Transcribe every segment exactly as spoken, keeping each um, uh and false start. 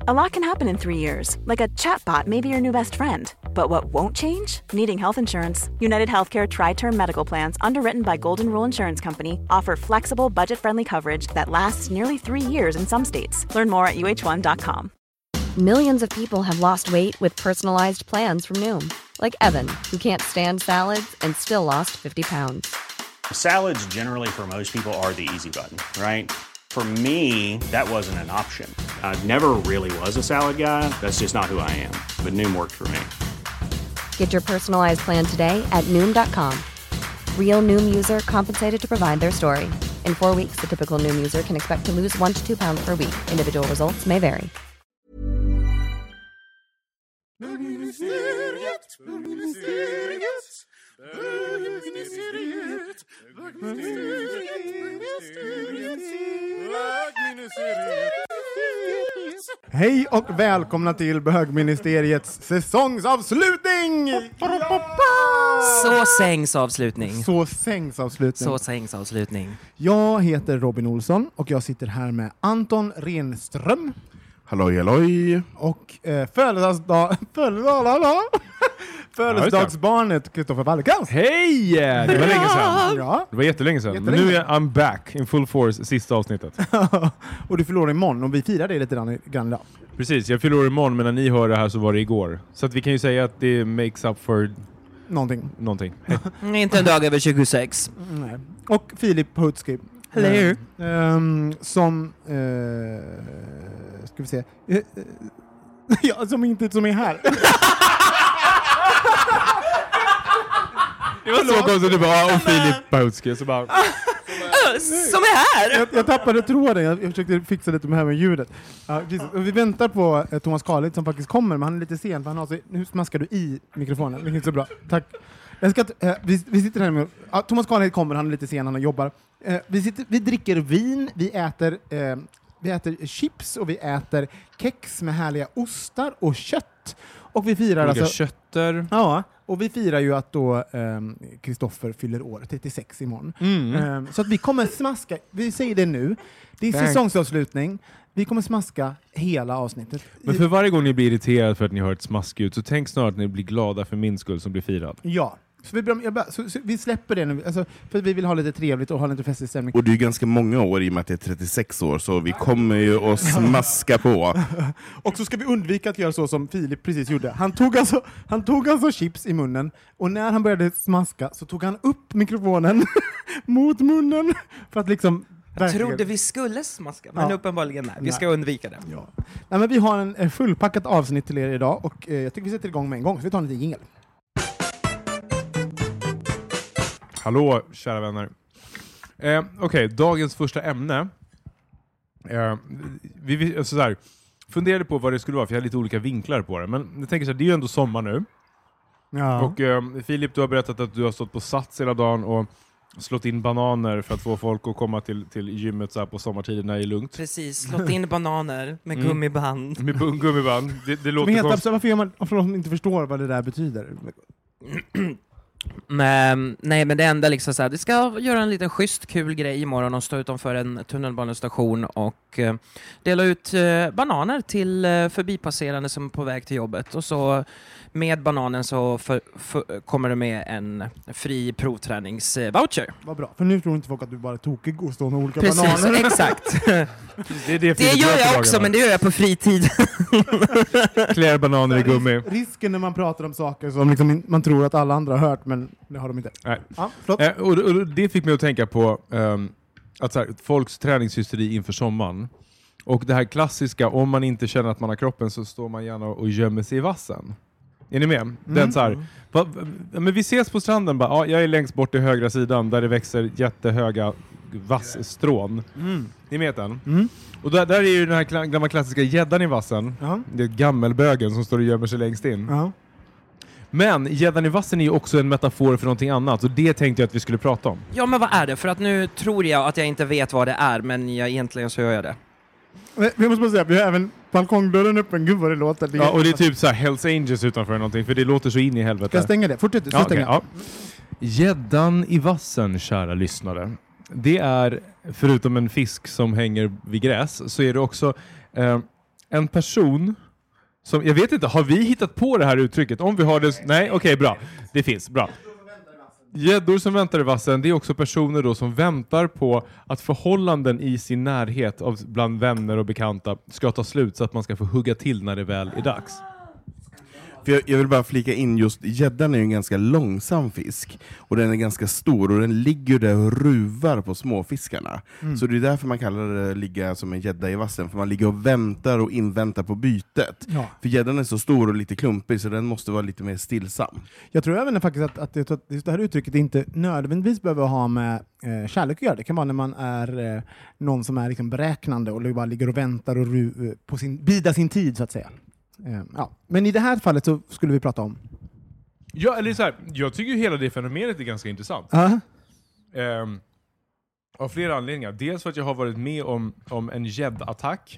A lot can happen in three years, like a chatbot may be your new best friend. But what won't change? Needing health insurance. United Healthcare Tri-Term Medical Plans, underwritten by Golden Rule Insurance Company, offer flexible, budget-friendly coverage that lasts nearly three years in some states. Learn more at U H one dot com. Millions of people have lost weight with personalized plans from Noom. Like Evan, who can't stand salads and still lost fifty pounds. Salads generally for most people are the easy button, right? For me, that wasn't an option. I never really was a salad guy. That's just not who I am. But Noom worked for me. Get your personalized plan today at Noom dot com. Real Noom user compensated to provide their story. In four weeks, the typical Noom user can expect to lose one to two pounds per week. Individual results may vary. Bögministeriet, bögministeriet, bögministeriet, bögministeriet. Hej och välkomna till Bögministeriets säsongsavslutning! Så sängsavslutning. Så sängsavslutning. Så sängsavslutning. Jag heter Robin Olsson och jag sitter här med Anton Renström. Halloj, halloj. Och eh, födelsedagsdag... Födelsedagsbarnet Kristoffer Wallercrantz. Hej! Det var länge sedan. Ja. Det var jättelänge sedan. Jättelänge. Men nu är I'm back in full force, sista avsnittet. Och du förlorar imorgon och vi firar det lite grann idag. Precis, jag förlorar imorgon, men när ni hör det här så var det igår. Så att vi kan ju säga att det makes up for... Någonting. Någonting. Inte en dag över tjugosex. Nej. Och Filip Hutski. Hello. Um, som... Uh, ska vi se. Uh, uh, ja, som inte som är här. Det var så konstigt, du bara, och Filip Bautski, så bara... Som är här! Jag, jag tappade tråden, jag, jag försökte fixa lite med här med ljudet. Ja, och vi väntar på eh, Thomas Karlit som faktiskt kommer, men han är lite sen, för han har så, nu smaskar du i mikrofonen, det är inte så bra. Tack. Jag ska, eh, vi, vi sitter här med, ja, Thomas Karlit kommer, han är lite sen, han jobbar. Eh, vi, sitter, vi dricker vin, vi äter, eh, vi äter chips och vi äter kex med härliga ostar och kött. Och vi firar olika alltså... kötter. Ja, och vi firar ju att då Kristoffer um, fyller år trettiosex imorgon. Mm. Um, så att vi kommer smaska, vi säger det nu, det är Thanks. säsongsavslutning, vi kommer smaska hela avsnittet. Men för varje gång ni blir irriterade för att ni hör ett smaskljud, så tänk snart att ni blir glada för min skull som blir firad. Ja. Så vi, jag bara, så, så vi släpper det nu, alltså, för vi vill ha lite trevligt och ha lite festlig stämning. Och det är ju ganska många år i och med att det är trettiosex år, så vi kommer ju att smaska på. Och så ska vi undvika att göra så som Filip precis gjorde. Han tog, alltså, han tog alltså chips i munnen, och när han började smaska så tog han upp mikrofonen mot munnen för att liksom... Jag verkligen. trodde vi skulle smaska, men ja. uppenbarligen nej. Vi ska nej. undvika det. Ja. Nej, men vi har en, en fullpackat avsnitt till er idag, och eh, jag tycker vi sätter igång med en gång, så vi tar en liten jingle. Hallå, kära vänner. Eh, Okej, okay, dagens första ämne. Eh, vi, vi, alltså så här, funderade på vad det skulle vara, för jag har lite olika vinklar på det. Men jag tänker så här, det är ju ändå sommar nu. Ja. Och eh, Filip, du har berättat att du har stått på Sats hela dagen och slått in bananer för att få folk att komma till, till gymmet så här på sommartiden när det är lugnt. Precis, slått in bananer med mm. gummiband. Med bu- gummiband. Det, det låter men konstigt. Varför gör man, för de som inte förstår vad det där betyder? Men, nej, men det enda liksom så här, det ska göra en liten schysst kul grej imorgon och stå utanför en tunnelbanestation och eh, dela ut eh, bananer till eh, förbipasserande som är på väg till jobbet. Och så med bananen så för, för, kommer det med en fri provträningsvoucher. Vad bra, för nu tror inte folk att du bara är tokig och står med olika Precis, bananer. Precis, exakt. det är det det gör jag också, men det gör jag på fritid. Klär bananer i gummi. Ris- risken när man pratar om saker som liksom man tror att alla andra har hört, men det har de inte. Nej. Ja, eh, och, och det fick mig att tänka på um, att så här, folks träningshysteri inför sommaren. Och det här klassiska, om man inte känner att man har kroppen så står man gärna och gömmer sig i vassen. Är ni med? Mm. Den så här, va, va, men vi ses på stranden, bara, ja, jag är längst bort i högra sidan där det växer jättehöga vassstrån. Mm. Ni vet den? Mm. Och där, där är ju den här kla- gamla klassiska gäddan i vassen. Uh-huh. Det är gammelbögen som står och gömmer sig längst in. Uh-huh. Men gäddan i vassen är ju också en metafor för någonting annat, och det tänkte jag att vi skulle prata om. Ja, men vad är det? För att nu tror jag att jag inte vet vad det är, men jag, egentligen så gör jag det. Vi måste bara säga, vi har även balkongdörren öppen. Gud vad det låter. Det ja, och det är typ så här Hells Angels utanför någonting, för det låter så in i helvete. Ska jag stänga det? Fortsätt, ja, stänga. Okay, ja. Gäddan i vassen, kära lyssnare. Det är, förutom en fisk som hänger vid gräs, så är det också eh, en person som, jag vet inte, har vi hittat på det här uttrycket? Om vi har det, nej, okej, okay, bra. Det finns, bra. Gäddor som väntar i vassen, det är också personer då som väntar på att förhållanden i sin närhet av bland vänner och bekanta ska ta slut så att man ska få hugga till när det väl är dags. För jag, jag vill bara flika in, just gäddan är ju en ganska långsam fisk och den är ganska stor och den ligger där och ruvar på småfiskarna. Mm. Så det är därför man kallar det ligga som en gädda i vassen, för man ligger och väntar och inväntar på bytet. Ja. För gäddan är så stor och lite klumpig så den måste vara lite mer stillsam. Jag tror även faktiskt att, att, det, att det här uttrycket inte nödvändigtvis behöver ha med eh, kärlek att göra. Det kan vara när man är eh, någon som är liksom beräknande och bara ligger och väntar och ru, på sin, bida sin tid så att säga. Ja. Men i det här fallet så skulle vi prata om... Ja, eller så här, jag tycker ju hela det fenomenet är ganska intressant. Uh-huh. Um, av flera anledningar. Dels för att jag har varit med om, om en gäddattack.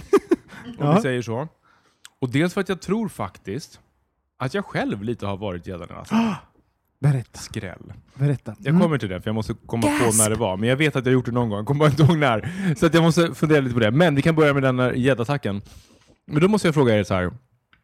om uh-huh. vi säger så. Och dels för att jag tror faktiskt att jag själv lite har varit gäddan i natten. Uh-huh. Berätta. Skräll. Berätta. Jag kommer till det, för jag måste komma Gasp. på när det var. Men jag vet att jag gjort det någon gång. Jag kommer bara inte ihåg när. Så att jag måste fundera lite på det. Men vi kan börja med den här gäddattacken. Men då måste jag fråga er så här.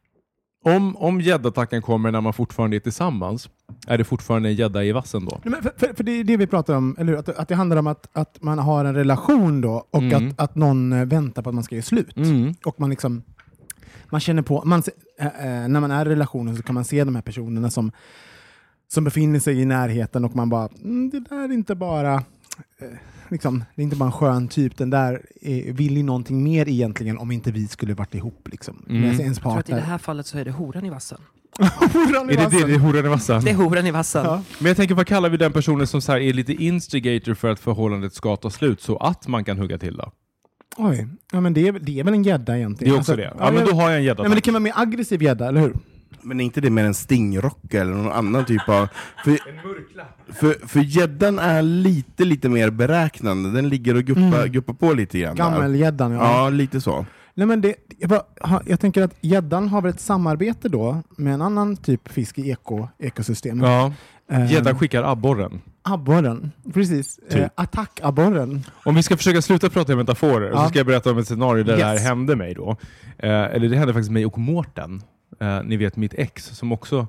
Om, om gäddattacken kommer när man fortfarande är tillsammans, är det fortfarande en gädda i vassen då? Nej, men för, för, för det är det vi pratar om, eller att, att det handlar om att, att man har en relation då och mm. att, att någon väntar på att man ska ge slut. Mm. Och man liksom, man känner på, man, äh, när man är i relationen så kan man se de här personerna som, som befinner sig i närheten och man bara, mm, det där är inte bara... Äh, Liksom, det är inte bara en skön typ. Den där är, vill ju någonting mer egentligen om inte vi skulle varit ihop. Liksom. Mm. Med ens partner. Jag tror att i det här fallet så är det horan i vassen. horan i är det vassen. det, det är horan i vassen? Det är horan i vassen. Ja. Men jag tänker, vad kallar vi den personen som så här är lite instigator för att förhållandet ska ta slut så att man kan hugga till då? Oj, ja, men det är, det är väl en gädda egentligen. Det är också alltså, det. Ja, ja, men då har jag en gädda. Nej, men det kan vara mer aggressiv gädda, eller hur? Men är inte det mer en stingrocka eller någon annan typ av... För, en mörklapp. För, för gäddan är lite, lite mer beräknande. Den ligger och guppar, mm. guppar på lite grann. Gammelgäddan, ja. Ja, lite så. Nej, men det, jag, bara, jag tänker att gäddan har väl ett samarbete då med en annan typ fisk i eko, ekosystemet. Ja, gäddan skickar abborren. Abborren, precis. Typ. Eh, attackabborren. Om vi ska försöka sluta prata om metaforer ja. så ska jag berätta om ett scenario där yes. det här hände mig då. Eh, eller det hände faktiskt mig och Mårten. Uh, ni vet mitt ex som också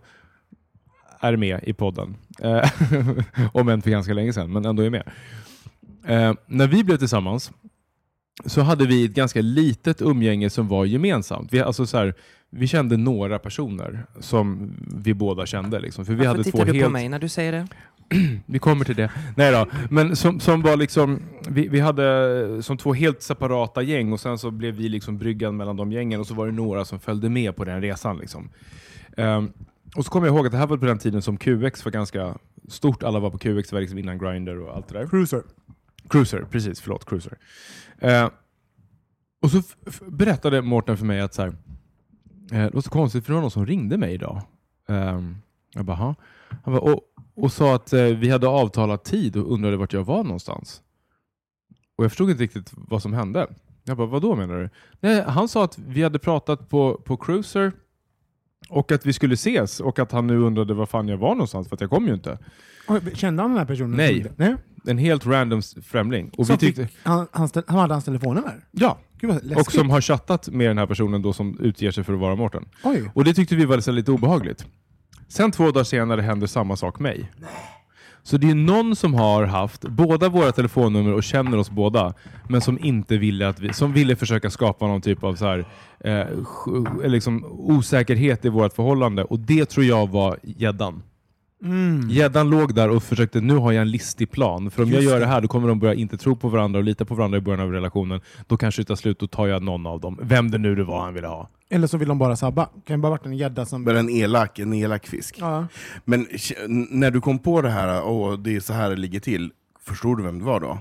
är med i podden. Uh, om än för ganska länge sedan, men ändå är med. Uh, när vi blev tillsammans så hade vi ett ganska litet umgänge som var gemensamt. Vi, alltså så här, vi kände några personer som vi båda kände. Liksom, för vi Varför hade tittar två du helt... på mig när du säger det? Vi kommer till det. Nej då. Men som, som var liksom, vi, vi hade som två helt separata gäng och sen så blev vi liksom bryggan mellan de gängen och så var det några som följde med på den resan liksom. Um, och så kommer jag ihåg att det här var på den tiden som Q X var ganska stort. Alla var på Q X, det var liksom innan Grindr och allt det där. Cruiser. Cruiser, precis, förlåt, Cruiser. Uh, och så f- f- berättade Mårten för mig att så här, uh, det var så konstigt för det var någon som ringde mig idag. Um, jag bara, ha? Han bara, och Och sa att eh, vi hade avtalat tid och undrade vart jag var någonstans. Och jag förstod inte riktigt vad som hände. Jag bara, vad då menar du? Nej, han sa att vi hade pratat på, på Cruiser och att vi skulle ses och att han nu undrade var fan jag var någonstans för att jag kom ju inte. Kände han den här personen? Nej, Nej. En helt random främling. Och så vi tyckte... fick, han, han, ställ, han hade hans telefonnummer? Ja, Gud, och som har chattat med den här personen då som utger sig för att vara Mårten. Oj. Och det tyckte vi var så lite obehagligt. Sen två dagar senare hände samma sak mig. Så det är någon som har haft båda våra telefonnummer och känner oss båda, men som inte ville att vi, som ville försöka skapa någon typ av så här, eh, liksom osäkerhet i vårt förhållande. Och det tror jag var gäddan. Mm. Gäddan låg där och försökte, nu har jag en listig plan. För om Just jag gör det det här, då kommer de börja inte tro på varandra och lita på varandra i början av relationen. Då kanske det tar slut, då tar jag någon av dem. Vem det nu det var han ville ha. Eller så vill de bara sabba. Kan bara varit en gädda som... Bara en elak, en elak fisk. Ja. Men när du kom på det här, åh, det är så här det ligger till. Förstår du vem det var då?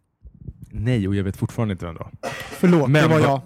Nej, och jag vet fortfarande inte vem det var. Förlåt, men, det var jag.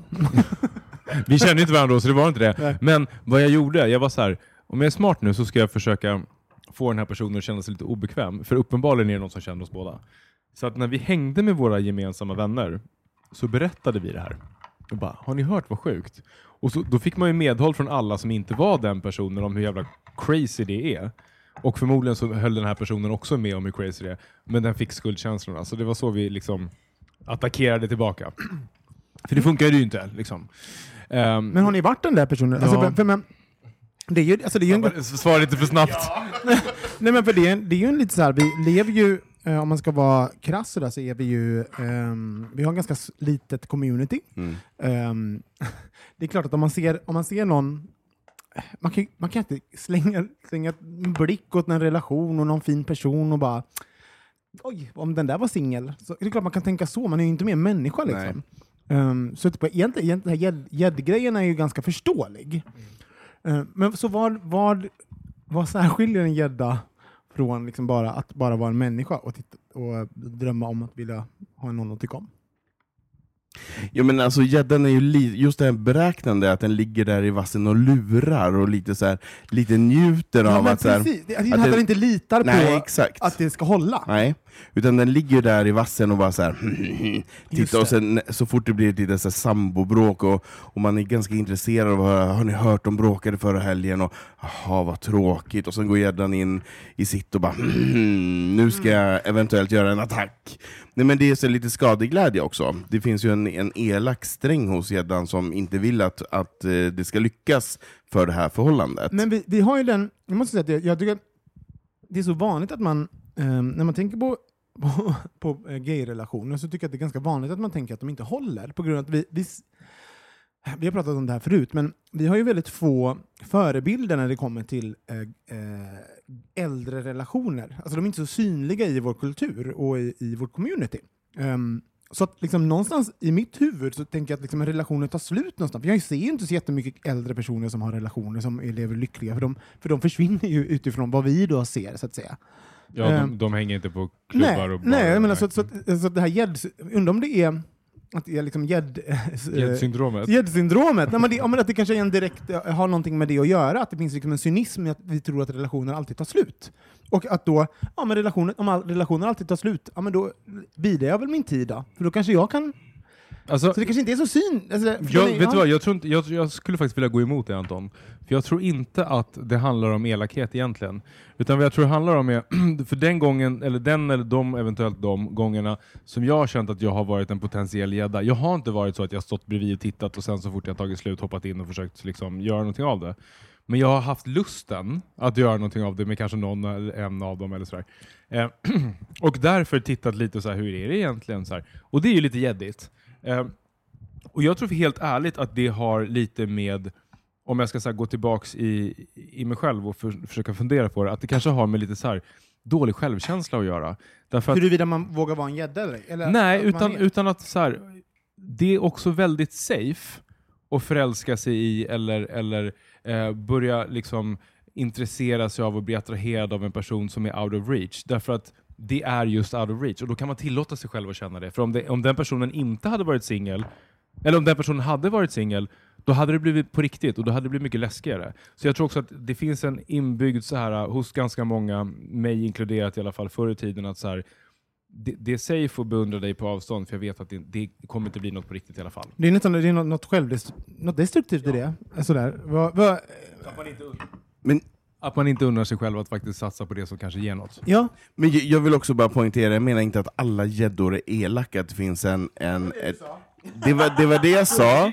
Vi kände inte varandra då, så det var inte det. Nej. Men vad jag gjorde, jag var så här, om jag är smart nu så ska jag försöka få den här personen att känna sig lite obekväm. För uppenbarligen är det någon som känner oss båda. Så att när vi hängde med våra gemensamma vänner så berättade vi det här. Och bara, har ni hört vad sjukt? Och så, då fick man ju medhåll från alla som inte var den personen om hur jävla crazy det är. Och förmodligen så höll den här personen också med om hur crazy det är. Men den fick skuldkänslorna. Så det var så vi liksom attackerade tillbaka. För det funkar ju inte liksom. Um, Men har ni varit den där personen? Ja. Alltså, för, för, men, det är ju, alltså, det är ju en, Svara inte för snabbt. nej, men för det är, det är ju en lite så här, vi lever ju, eh, om man ska vara krass så, där, så är vi ju, ehm, vi har en ganska s- litet community. Mm. Ehm, det är klart att om man ser, om man ser någon, man kan, man kan inte slänga, slänga en blick åt en relation och någon fin person och bara, oj, om den där var singel. Så är det klart man kan tänka så, man är ju inte mer människa liksom. Um, så typ, egentligen, egentligen den här gäddgrejen är ju ganska förståelig. Mm. Uh, men så vad, vad, vad särskiljer en gädda från liksom bara att bara vara en människa och, titta, och drömma om att vilja ha någon att tycka om? Ja, men alltså gäddan är ju li- just det här beräknande att den ligger där i vassen och lurar och lite så här, lite njuter Ja, av men att så här, precis. Det, att att den det- inte litar nej, på exakt. att det ska hålla. Nej, utan den ligger där i vassen och bara så här Just titta, och det. sen så fort det blir ett litet så här sambobråk och, och man är ganska intresserad av att höra, har ni hört de bråkade förra helgen och jaha vad tråkigt, och sen går gäddan in i sitt och bara nu ska jag eventuellt göra en attack. Nej, men det är så lite skadeglädje också. Det finns ju en, en elak sträng hos gäddan som inte vill att, att eh, det ska lyckas för det här förhållandet. Men vi, vi har ju den, jag måste säga att jag, jag tycker att det är så vanligt att man, eh, när man tänker på, på, på eh, gay-relationer, så tycker jag att det är ganska vanligt att man tänker att de inte håller, på grund av att vi, vi, vi har pratat om det här förut, men vi har ju väldigt få förebilder när det kommer till eh, eh, äldre relationer. Alltså de är inte så synliga i vår kultur och i, i vår community. Um, Så att liksom någonstans i mitt huvud så tänker jag att liksom en relation tar slut någonstans. För jag ser ju inte så jättemycket äldre personer som har relationer som lever lyckliga. För de, för de försvinner ju utifrån vad vi då ser, så att säga. Ja, de, Ehm, de hänger inte på klubbar Nej, och nej jag menar nej. så, så, så, så det här gädd... Undrar om det är att det är liksom gädd... Gäddsyndromet. Gäddsyndromet. Nej, men det, ja, men att det kanske är en direkt, har någonting med det att göra. Att det finns liksom en cynism i att vi tror att relationer alltid tar slut. Och att då, ja men relationer, om all, relationer alltid tar slut, ja men då bidrar jag väl min tid då. För då kanske jag kan... Alltså, Så det kanske inte är så syn... Alltså, för jag, den är- vet ja. du vad, jag, tror inte, jag, jag skulle faktiskt vilja gå emot det, Anton. För jag tror inte att det handlar om elakhet egentligen. Utan vad jag tror det handlar om är, för den gången, eller den eller de, eventuellt de gångerna som jag har känt att jag har varit en potentiell gädda. Jag har inte varit så att jag stått bredvid och tittat och sen så fort jag tagit slut hoppat in och försökt liksom göra någonting av det. Men jag har haft lusten att göra någonting av det med kanske någon eller en av dem eller sådär. Eh, och därför tittat lite så här, hur är det egentligen? Så här. Och det är ju lite gäddigt. Eh, och jag tror för helt ärligt att det har lite med, om jag ska så här, gå tillbaks i, i mig själv och för, försöka fundera på det, att det kanske har med lite så här dålig självkänsla att göra. Därför att, Huruvida man vågar vara en gädda eller? eller nej, att man utan, är- utan att så här, det är också väldigt safe att förälska sig i eller, eller eh, börja liksom intressera sig av och bli attraherad av en person som är out of reach. Därför att det är just out of reach. Och då kan man tillåta sig själv att känna det. För om, det, om den personen inte hade varit singel, eller om den personen hade varit singel, då hade det blivit på riktigt och då hade det blivit mycket läskigare. Så jag tror också att det finns en inbyggd så här hos ganska många, mig inkluderat i alla fall förr i tiden, att så här, det, det är safe att beundra dig på avstånd, för jag vet att det, det kommer inte bli något på riktigt i alla fall. Det är nästan det är något, något, självdest, något destruktivt i det. Sådär. Vad, vad, Men, Att man inte undrar sig själv att faktiskt satsa på det som kanske ger något. ja, men jag- jag vill också bara poängtera, jag menar inte att alla gäddor är elaka, att det finns en... en ett, det, var, det var det jag sa.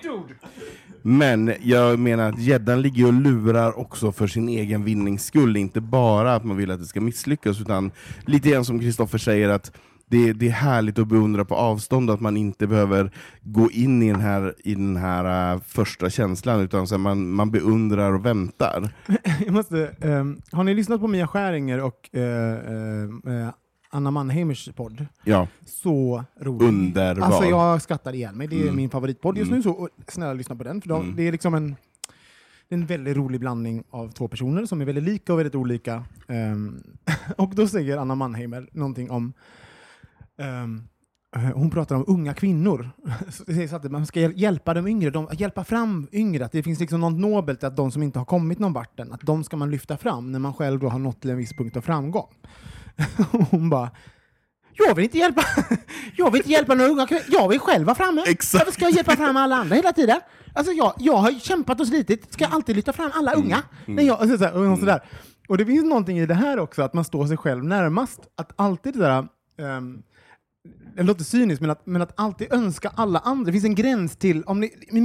Men jag menar att gäddan ligger och lurar också för sin egen vinnings skull. Inte bara att man vill att det ska misslyckas, utan lite grann som Kristoffer säger, att det, det är härligt att beundra på avstånd, att man inte behöver gå in i den här, i den här uh, första känslan, utan så här, man, man beundrar och väntar. jag måste... ehm, har ni lyssnat på Mia Skäringer och eh, eh, Anna Mannheimers podd? Ja, Så roligt. underbar. Alltså jag skrattar ihjäl mig. Det är Mm. min favoritpodd just Mm. nu, så och, snälla lyssna på den. För de, Mm. det är liksom en, det är en väldigt rolig blandning av två personer som är väldigt lika och väldigt olika. Ehm, och då säger Anna Mannheimer någonting om... ehm, hon pratar om unga kvinnor. Så det sägs att man ska hjäl- hjälpa de yngre, de, hjälpa fram yngre. Att det finns liksom något nobelt att de som inte har kommit någon vart än, att de ska man lyfta fram när man själv då har nått till en viss punkt av framgång. Hon bara... Jag vill inte hjälpa Jag vill inte hjälpa några unga kvinnor. Jag vill själv vara framme. Exakt. Varför ska jag hjälpa fram alla andra hela tiden? Alltså jag, jag har kämpat och slitit. Ska jag alltid lyfta fram alla unga? Mm. När jag, alltså, så här, och, sådär. Och det finns någonting i det här också, att man står sig själv närmast. Att alltid det där... Um, det låter cyniskt, men att, men att alltid önska alla andra. Det finns en gräns till... Om ni, min,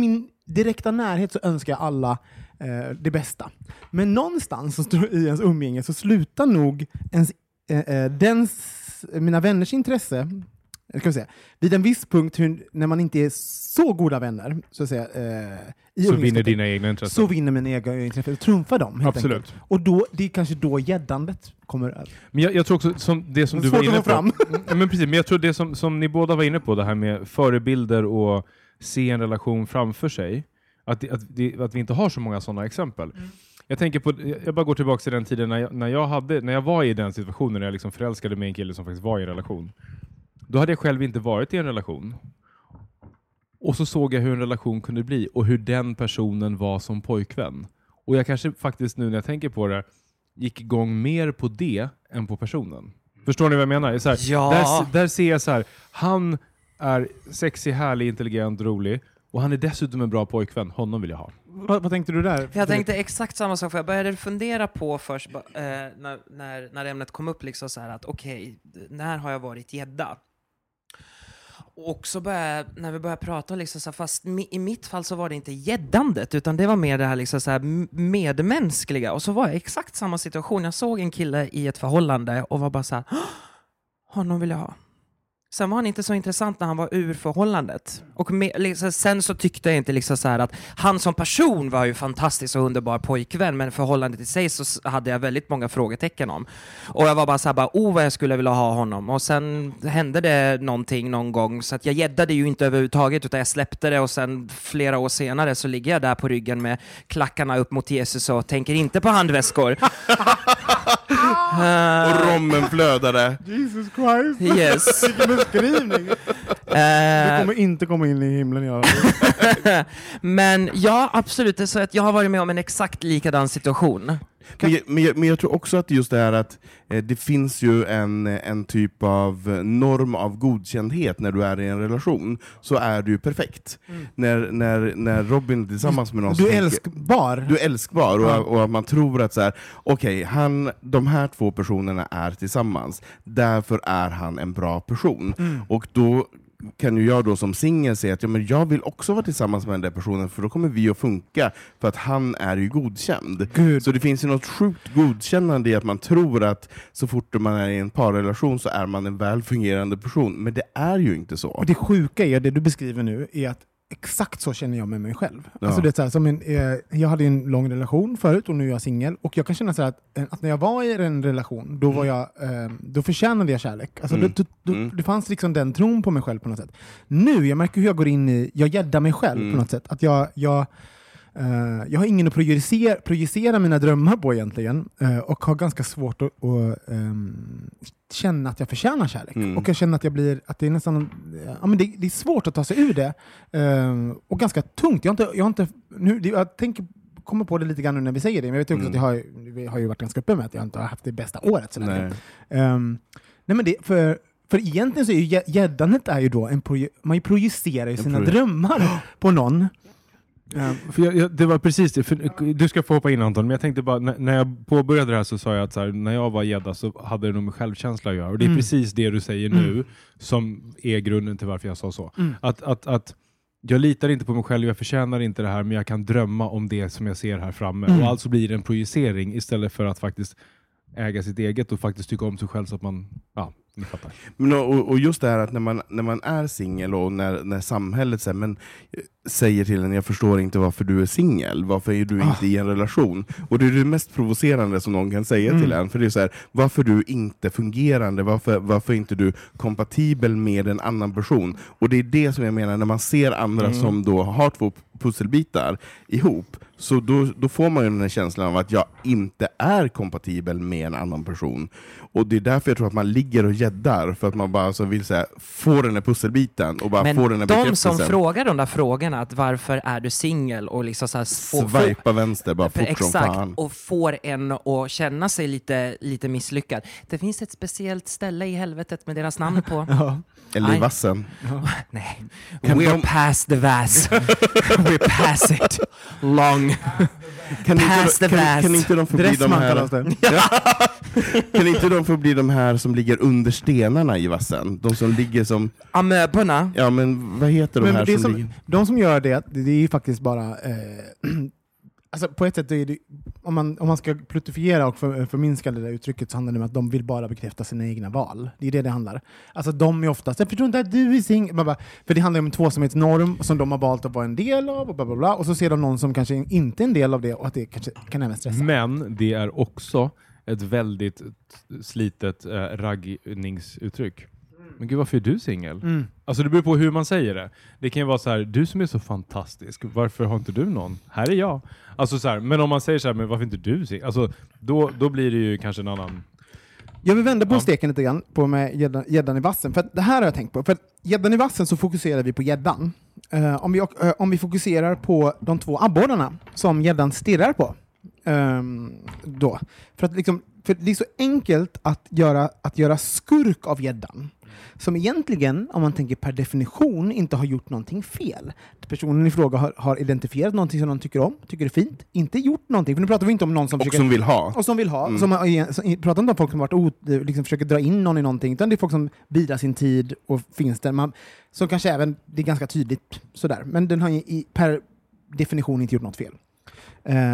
direkta närhet så önskar jag alla eh, det bästa. Men någonstans så står i ens umgänge så slutar nog ens, eh, eh, dens, mina vänners intresse, ska vi säga, vid en viss punkt hur, när man inte är så goda vänner så att säga, eh, i så vinner dina egna intressen. Så vinner mina egna intressen och trumfar dem. Absolut. Enkelt. Och då, det är kanske då gäddandet kommer över. Men jag, jag tror också som det som det du var inne på. Fram. Ja, men precis, men jag tror det som, som ni båda var inne på, det här med förebilder och se en relation framför sig. Att, det, att, det, att vi inte har så många sådana exempel. Mm. Jag tänker på, jag bara går tillbaka till den tiden när jag, när jag, hade, när jag var i den situationen när jag liksom förälskade mig en kille som faktiskt var i en relation. Då hade jag själv inte varit i en relation. Och så såg jag hur en relation kunde bli och hur den personen var som pojkvän. Och jag kanske faktiskt nu när jag tänker på det gick igång mer på det än på personen. Förstår ni vad jag menar? Så här, ja. där, där ser jag så här, han är sexig, härlig, intelligent, rolig och han är dessutom en bra pojkvän. Honom vill jag ha. Vad, vad tänkte du där? Jag tänkte exakt samma sak, för jag började fundera på först eh, när, när, när ämnet kom upp liksom så här att okej, okay, när har jag varit gädda? Och så började, när vi började prata liksom så här, fast i mitt fall så var det inte gäddandet utan det var mer det här liksom så här medmänskliga. Och så var jag i exakt samma situation. Jag såg en kille i ett förhållande och var bara så här, honom vill jag ha. Sen var han inte så intressant när han var ur förhållandet. Och med, liksom, sen så tyckte jag inte liksom så här att han som person var ju fantastisk och underbar pojkvän, men förhållandet i sig så hade jag väldigt många frågetecken om. Och jag var bara så här, bara, oh vad jag skulle vilja ha honom. Och sen hände det någonting någon gång så att jag gäddade ju inte överhuvudtaget utan jag släppte det och sen flera år senare så ligger jag där på ryggen med klackarna upp mot Jesus och tänker inte på handväskor. Och rommen flödade. Jesus Christ. Yes. Vilken beskrivning. Du kommer inte komma in i himlen i alla fall. Men ja, absolut. Det är så att jag har varit med om en exakt likadan situation. Men jag, men, jag, men jag tror också att just det här att eh, det finns ju en, en typ av norm av godkändhet när du är i en relation, så är du ju perfekt. Mm. När, när, när Robin är tillsammans med någon du är tänker, älskbar. Du är älskbar och, ja. och att man tror att så här, okej, han, de här två personerna är tillsammans, därför är han en bra person. Mm. Och då kan ju jag då som singel säga att ja, men jag vill också vara tillsammans med den där personen för då kommer vi att funka för att han är ju godkänd. Gud. Så det finns ju något sjukt godkännande i att man tror att så fort man är i en parrelation så är man en väl fungerande person. Men det är ju inte så. Och det sjuka är, det du beskriver nu, är att exakt så känner jag med mig själv. Ja. Alltså det är så här, som en, eh, jag hade en lång relation förut och nu är jag singel. Och jag kan känna så här att, att när jag var i en relation, då, var jag, eh, då förtjänade jag kärlek. Alltså mm. då, då, Mm. det fanns liksom den tron på mig själv på något sätt. Nu, jag märker hur jag går in i, jag gäddar mig själv mm. på något sätt. Att jag, jag, eh, jag har ingen att projicera, projicera mina drömmar på egentligen. Eh, och har ganska svårt att, att um, känna att jag förtjänar kärlek. Mm. Och jag känner att jag blir, att det är nästan, ja men det, det är svårt att ta sig ur det. Um, och ganska tungt. Jag har inte, jag har inte, nu, jag tänker, kommer på det lite grann nu när vi säger det, men jag vet också mm. att jag har, vi har ju varit ganska uppe med att jag inte har haft det bästa året. Nej. Um, nej men det, för, för egentligen så är ju gäddandet är ju då, en proje, man projicerar ju sina proje- drömmar på någon. Ja, för jag, jag, det var precis det. För, du ska få hoppa in Anton, men jag tänkte bara, när, när jag påbörjade det här så sa jag att så här, när jag var gädda så hade det nog med självkänsla att göra. Och det är mm. precis det du säger mm. nu som är grunden till varför jag sa så. Mm. Att, att, att jag litar inte på mig själv, jag förtjänar inte det här, men jag kan drömma om det som jag ser här framme. Mm. Och alltså blir det en projicering istället för att faktiskt äga sitt eget och faktiskt tycka om sig själv så att man, ja, ni fattar. Men och, och just det här att när man, när man är singel och när, när samhället säger, men, säger till en, jag förstår inte varför du är singel, varför är du ah. inte i en relation? Och det är det mest provocerande som någon kan säga mm. till en, för det är så här, varför du inte fungerande, varför, varför inte du kompatibel med en annan person? Och det är det som jag menar, när man ser andra mm. som då har två pusselbitar ihop, så då, då får man ju den här känslan av att jag inte är kompatibel med en annan person. Och det är därför jag tror att man ligger och gäddar, för att man bara så vill säga, få den här pusselbiten och bara men få den här bekräftelsen. Men de som frågar de där frågorna, att varför är du singel och liksom så här swipa vänster bara fort exakt, som fan. Och får en att känna sig lite, lite misslyckad. Det finns ett speciellt ställe i helvetet med deras namn på. Ja. Eller i vassen. Ja. Nej. We're de... past the vass. We're past it. Long. Kan Pass inte, the kan, pass. kan inte de få bli de Dressman här... kallas det. Kan inte de få bli de här som ligger under stenarna i vassen? De som ligger som... Amöborna. Ja, men vad heter de Men här det som, som, ligger... de som gör det, det är ju faktiskt bara... Eh, alltså på ett sätt, är det, om, man, om man ska pluttifiera och för, förminska det där uttrycket, så handlar det om att de vill bara bekräfta sina egna val. Det är det det handlar. Alltså de är oftast, jag förstår inte att du är singel. För det handlar om en tvåsamhetsnorm som de har valt att vara en del av, och, bla bla bla, och så ser de någon som kanske inte är en del av det, och att det kanske kan även stressa. Men det är också ett väldigt slitet äh, raggningsuttryck. Men gud, varför är du singel? Mm. Alltså det beror på hur man säger det. Det kan ju vara så här: du som är så fantastisk, varför har inte du någon? Här är jag. Alltså så här, men om man säger så här, men varför inte du singel? Alltså då, då blir det ju kanske en annan... Jag vill vända på Ja. steken lite grann på med gäddan, gäddan i vassen. För att det här har jag tänkt på. För att gäddan i vassen så fokuserar vi på gäddan. Uh, om, vi, uh, om vi fokuserar på de två abborrarna som gäddan stirrar på. Um, då. För att liksom, för det är så enkelt att göra, att göra skurk av gäddan. Som egentligen, om man tänker per definition, inte har gjort någonting fel. Personen i fråga har, har identifierat någonting som de tycker om, tycker är fint, inte gjort någonting. För nu pratar vi inte om någon som Och försöker... som vill ha. Och som vill ha. Mm. Som, har- som, pratar inte om folk som har varit o, liksom försöker dra in någon i någonting, utan det är folk som bidrar sin tid och finns där. Man, som kanske även, det är ganska tydligt sådär. Men den har ju i, per definition inte gjort något fel. Eh,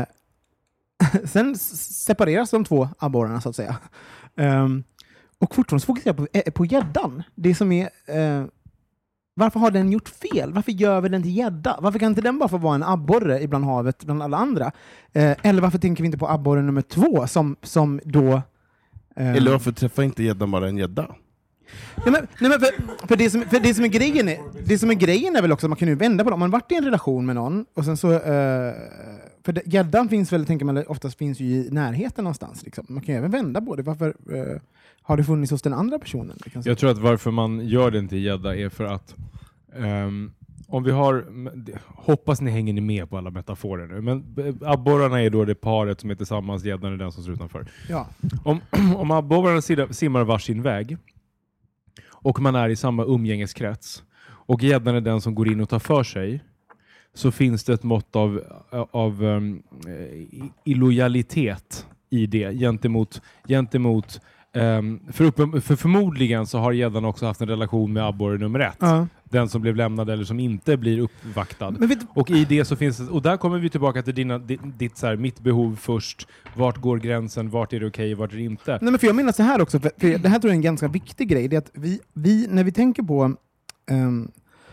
sen s- separeras de två abborrarna så att säga. Um, och fortfarande fokuserar på, eh, på gäddan. Det som är... Eh, varför har den gjort fel? Varför gör vi den till gädda? Varför kan inte den bara få vara en abborre ibland havet bland alla andra? Eh, eller varför tänker vi inte på abborre nummer två som, som då... Eh, Eller varför träffar inte gäddan bara en gädda? nej, men, nej, men för, för, det som, för det som är grejen är, det som är grejen är väl också att man kan ju vända på det. Om man varit i en relation med någon och sen så... Eh, för det- gäddan finns väl, tänker man, oftast finns ju i närheten någonstans. Liksom. Man kan ju även vända på det. Varför eh, har det funnits hos den andra personen? Liksom. Jag tror att varför man gör den till gädda är för att um, om vi har, hoppas ni hänger ni med på alla metaforer nu, men abborrarna är då det paret som är tillsammans, gäddan är den som står utanför. Ja. Om, om abborrarna sidar- simmar varsin väg och man är i samma umgängeskrets och gäddan är den som går in och tar för sig, så finns det ett mått av, av um, illojalitet i det gentemot, gentemot um, för, uppen, för förmodligen så har gäddan också haft en relation med abborre nummer ett. Ja. Den som blev lämnad eller som inte blir uppvaktad. Men vet, Och i det så finns det, och där kommer vi tillbaka till dina, ditt, ditt så här, mitt behov först. Vart går gränsen? Vart är det okej? Vart är det inte? nej, men för jag menar så här också, för, för det här tror jag är en ganska viktig grej. Det är att vi, vi när vi tänker på um,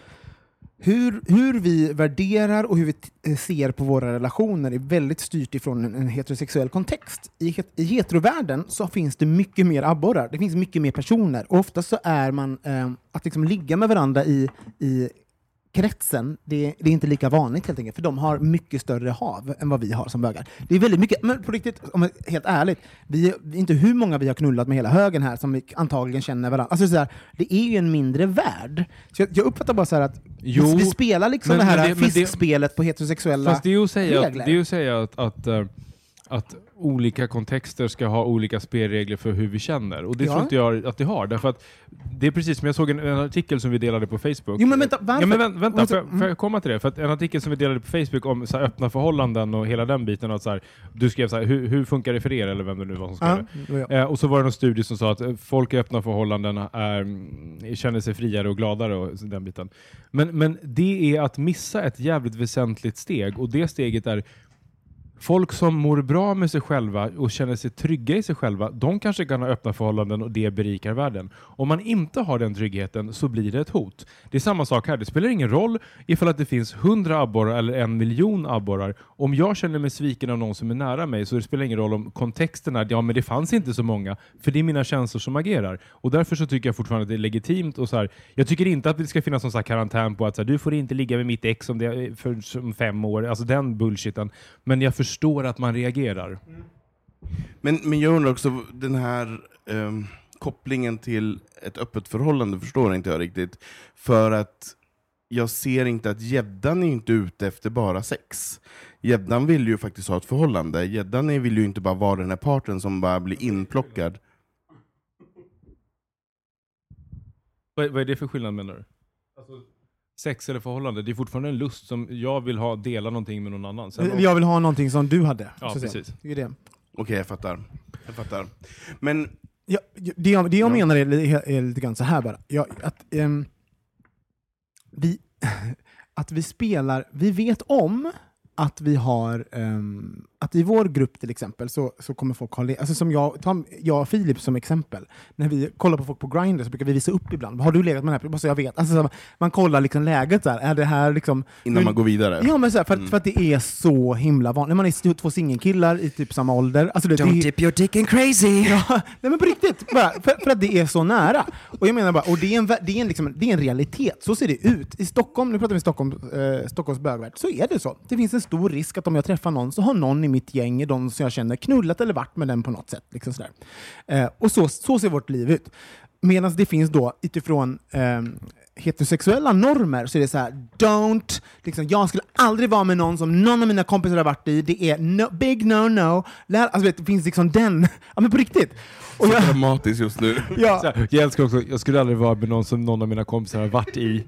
hur, hur vi värderar och hur vi t- ser på våra relationer är väldigt styrt ifrån en, en heterosexuell kontext. I, het, I heterovärlden så finns det mycket mer abborrar. Det finns mycket mer personer. Och ofta så är man um, att liksom ligga med varandra i, i kretsen, det, det är inte lika vanligt helt enkelt, för de har mycket större hav än vad vi har som bögar. Det är väldigt mycket, men på riktigt, om jag är helt ärligt, vi, vi inte hur många vi har knullat med hela högen här som vi antagligen känner varandra. Alltså så här, det är ju en mindre värld. Så jag, jag uppfattar bara så här att Jo, vi, vi spelar liksom men- det här men det- men det- fiskspelet på heterosexuella Fast det är ju att säga, att, regler. det är ju att, säga att, att, eh, att olika kontexter ska ha olika spelregler för hur vi känner. Och det Ja. tror inte jag att det har. Därför att det är precis som jag såg en, en artikel som vi delade på Facebook. Jo, men vänta, varför? Ja, men vänta, vänta Alltså, får, jag, får jag komma till det? För att en artikel som vi delade på Facebook om så här, öppna förhållanden och hela den biten. Och att så här, du skrev så här, hur, hur funkar det för er? Eller vem det nu var som skrev Ja, det. det var jag. Eh, och så var det någon studie som sa att eh, folk i öppna förhållanden är, mm, känner sig friare och gladare och så den biten. Men, men det är att missa ett jävligt väsentligt steg, och det steget är folk som mår bra med sig själva och känner sig trygga i sig själva, de kanske kan ha öppna förhållanden och det berikar världen. Om man inte har den tryggheten så blir det ett hot. Det är samma sak här. Det spelar ingen roll ifall att det finns hundra abborrar eller en miljon abborrar. Om jag känner mig sviken av någon som är nära mig, så det spelar ingen roll om kontexten är, ja men det fanns inte så många, för det är mina känslor som agerar. Och därför så tycker jag fortfarande att det är legitimt och så här, jag tycker inte att det ska finnas någon så här karantän på att så här, du får inte ligga med mitt ex om det är för som fem år, alltså den bullshiten. Men jag förstår att man reagerar. Men, men jag undrar också, den här ehm, kopplingen till ett öppet förhållande förstår inte jag riktigt. För att jag ser inte att gäddan är inte ute efter bara sex. Gäddan vill ju faktiskt ha ett förhållande. Gäddan är- vill ju inte bara vara den här parten som bara blir inplockad. Vad, vad är det för skillnad menar du? sex eller förhållande. Det är fortfarande en lust som jag vill ha, dela någonting med någon annan. Sen jag vill ha någonting som du hade. Ja, precis. Det är det. Okej, okay, jag fattar. Jag fattar. Men... Ja, det jag, det jag ja. menar är, är, är lite grann så här bara. Ja, att, um, vi, att vi spelar... Vi vet om... att vi har um, att i vår grupp till exempel så, så kommer folk ha, alltså som jag, ta, jag och Filip som exempel, när vi kollar på folk på Grindr så brukar vi visa upp ibland, har du legat med den här? Bara så jag vet, alltså, så, man kollar liksom läget där, är det här liksom innan men, man går vidare. Ja, men så här, för, mm. för att det är så himla vanligt, när man är två singelkillar i typ samma ålder, alltså det, Don't det, dip your dick in crazy. Ja, nej men på riktigt, bara, för, för att det är så nära. Och jag menar bara, och det är en, det är en, liksom, det är en realitet, så ser det ut. I Stockholm, nu pratar vi Stockholm, eh, Stockholms bögvärld, så är det så. Det finns en stor risk att om jag träffar någon så har någon i mitt gäng, de som jag känner, knullat eller varit med den på något sätt. Liksom sådär. Eh, och så, så ser vårt liv ut. Medan det finns då utifrån eh, heterosexuella normer så är det så här: don't, liksom, jag skulle aldrig vara med någon som någon av mina kompisar har varit i, det är no, big no-no. Alltså, vet, det finns liksom den, ja men på riktigt. Och så jag, dramatiskt just nu. Ja. Här, jag älskar också, jag skulle aldrig vara med någon som någon av mina kompisar har varit i.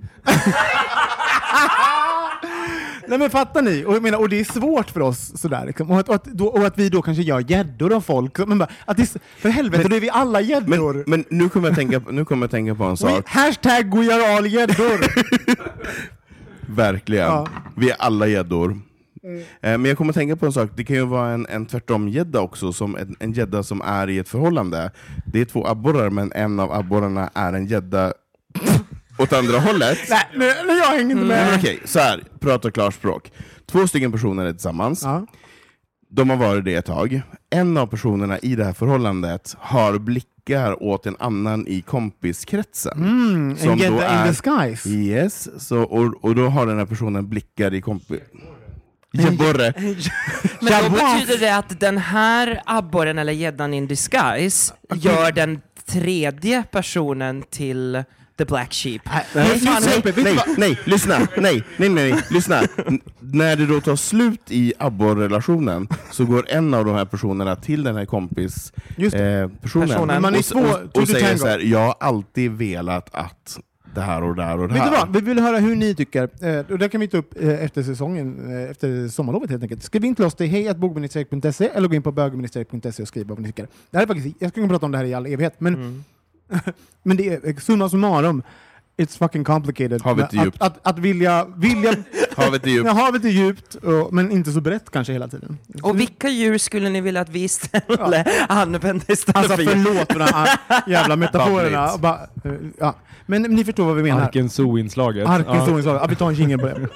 Nej men fattar ni? Och, jag menar, och det är svårt för oss sådär liksom. och, att, och, att, då, och att vi då kanske gör gäddor av folk. Men bara, att det, för helvete, men, då är vi alla gäddor. Men, men nu kommer jag tänka, nu kommer jag tänka på en sak. We, hashtag we are all gäddor. Verkligen. Ja. Vi är alla gäddor. Mm. Eh, men jag kommer att tänka på en sak. Det kan ju vara en, en tvärtom gädda också, som en, en gädda som är i ett förhållande. Det är två abborrar, men en av abborrarna är en gädda åt andra hållet. Nej, nu, nu jag hänger inte med. Mm. Okej, så här, prata klarspråk. Två stycken personer är tillsammans. Ja. De har varit det ett tag. En av personerna i det här förhållandet har blickar åt en annan i kompiskretsen. Mm, en gädda in disguise. Yes, så, och, och då har den här personen blickar i kompis... Jabborre. Men då betyder det att den här abborren eller gäddan in disguise gör den tredje personen till the black sheep. Nej, nej, nej, nej, nej, lyssna, nej, nej, nej, lyssna. N- när det då tar slut i abborrelationen så går en av de här personerna till den här kompis eh, personen, personen. Man är och, svår, och, och säger så här: jag har alltid velat att det här och där och det här. Vet du vad? Vi vill höra hur ni tycker. Eh, och det kan vi ta upp eh, efter säsongen, eh, efter sommarlovet helt enkelt. Skriv in till oss till hej at bogministeriet punkt se eller gå in på bögministeriet punkt se och skriv vad ni tycker. Det här är faktiskt, jag ska kunna prata om det här i all evighet, men mm. men det är summa summarum, it's fucking complicated. Havet är djupt. Att, att, att vilja... vilja havet är djupt. Ja, havet är djupt, och, men inte så brett kanske hela tiden. Och vilka djur skulle ni vilja att vi istället ja. använde istället alltså, förlåt för de här jävla metaforerna. Bara, ja. Men ni förstår vad vi menar. Arken Zoo-inslaget. Arken Zoo-inslaget. Ja, vi tar en jingle på det.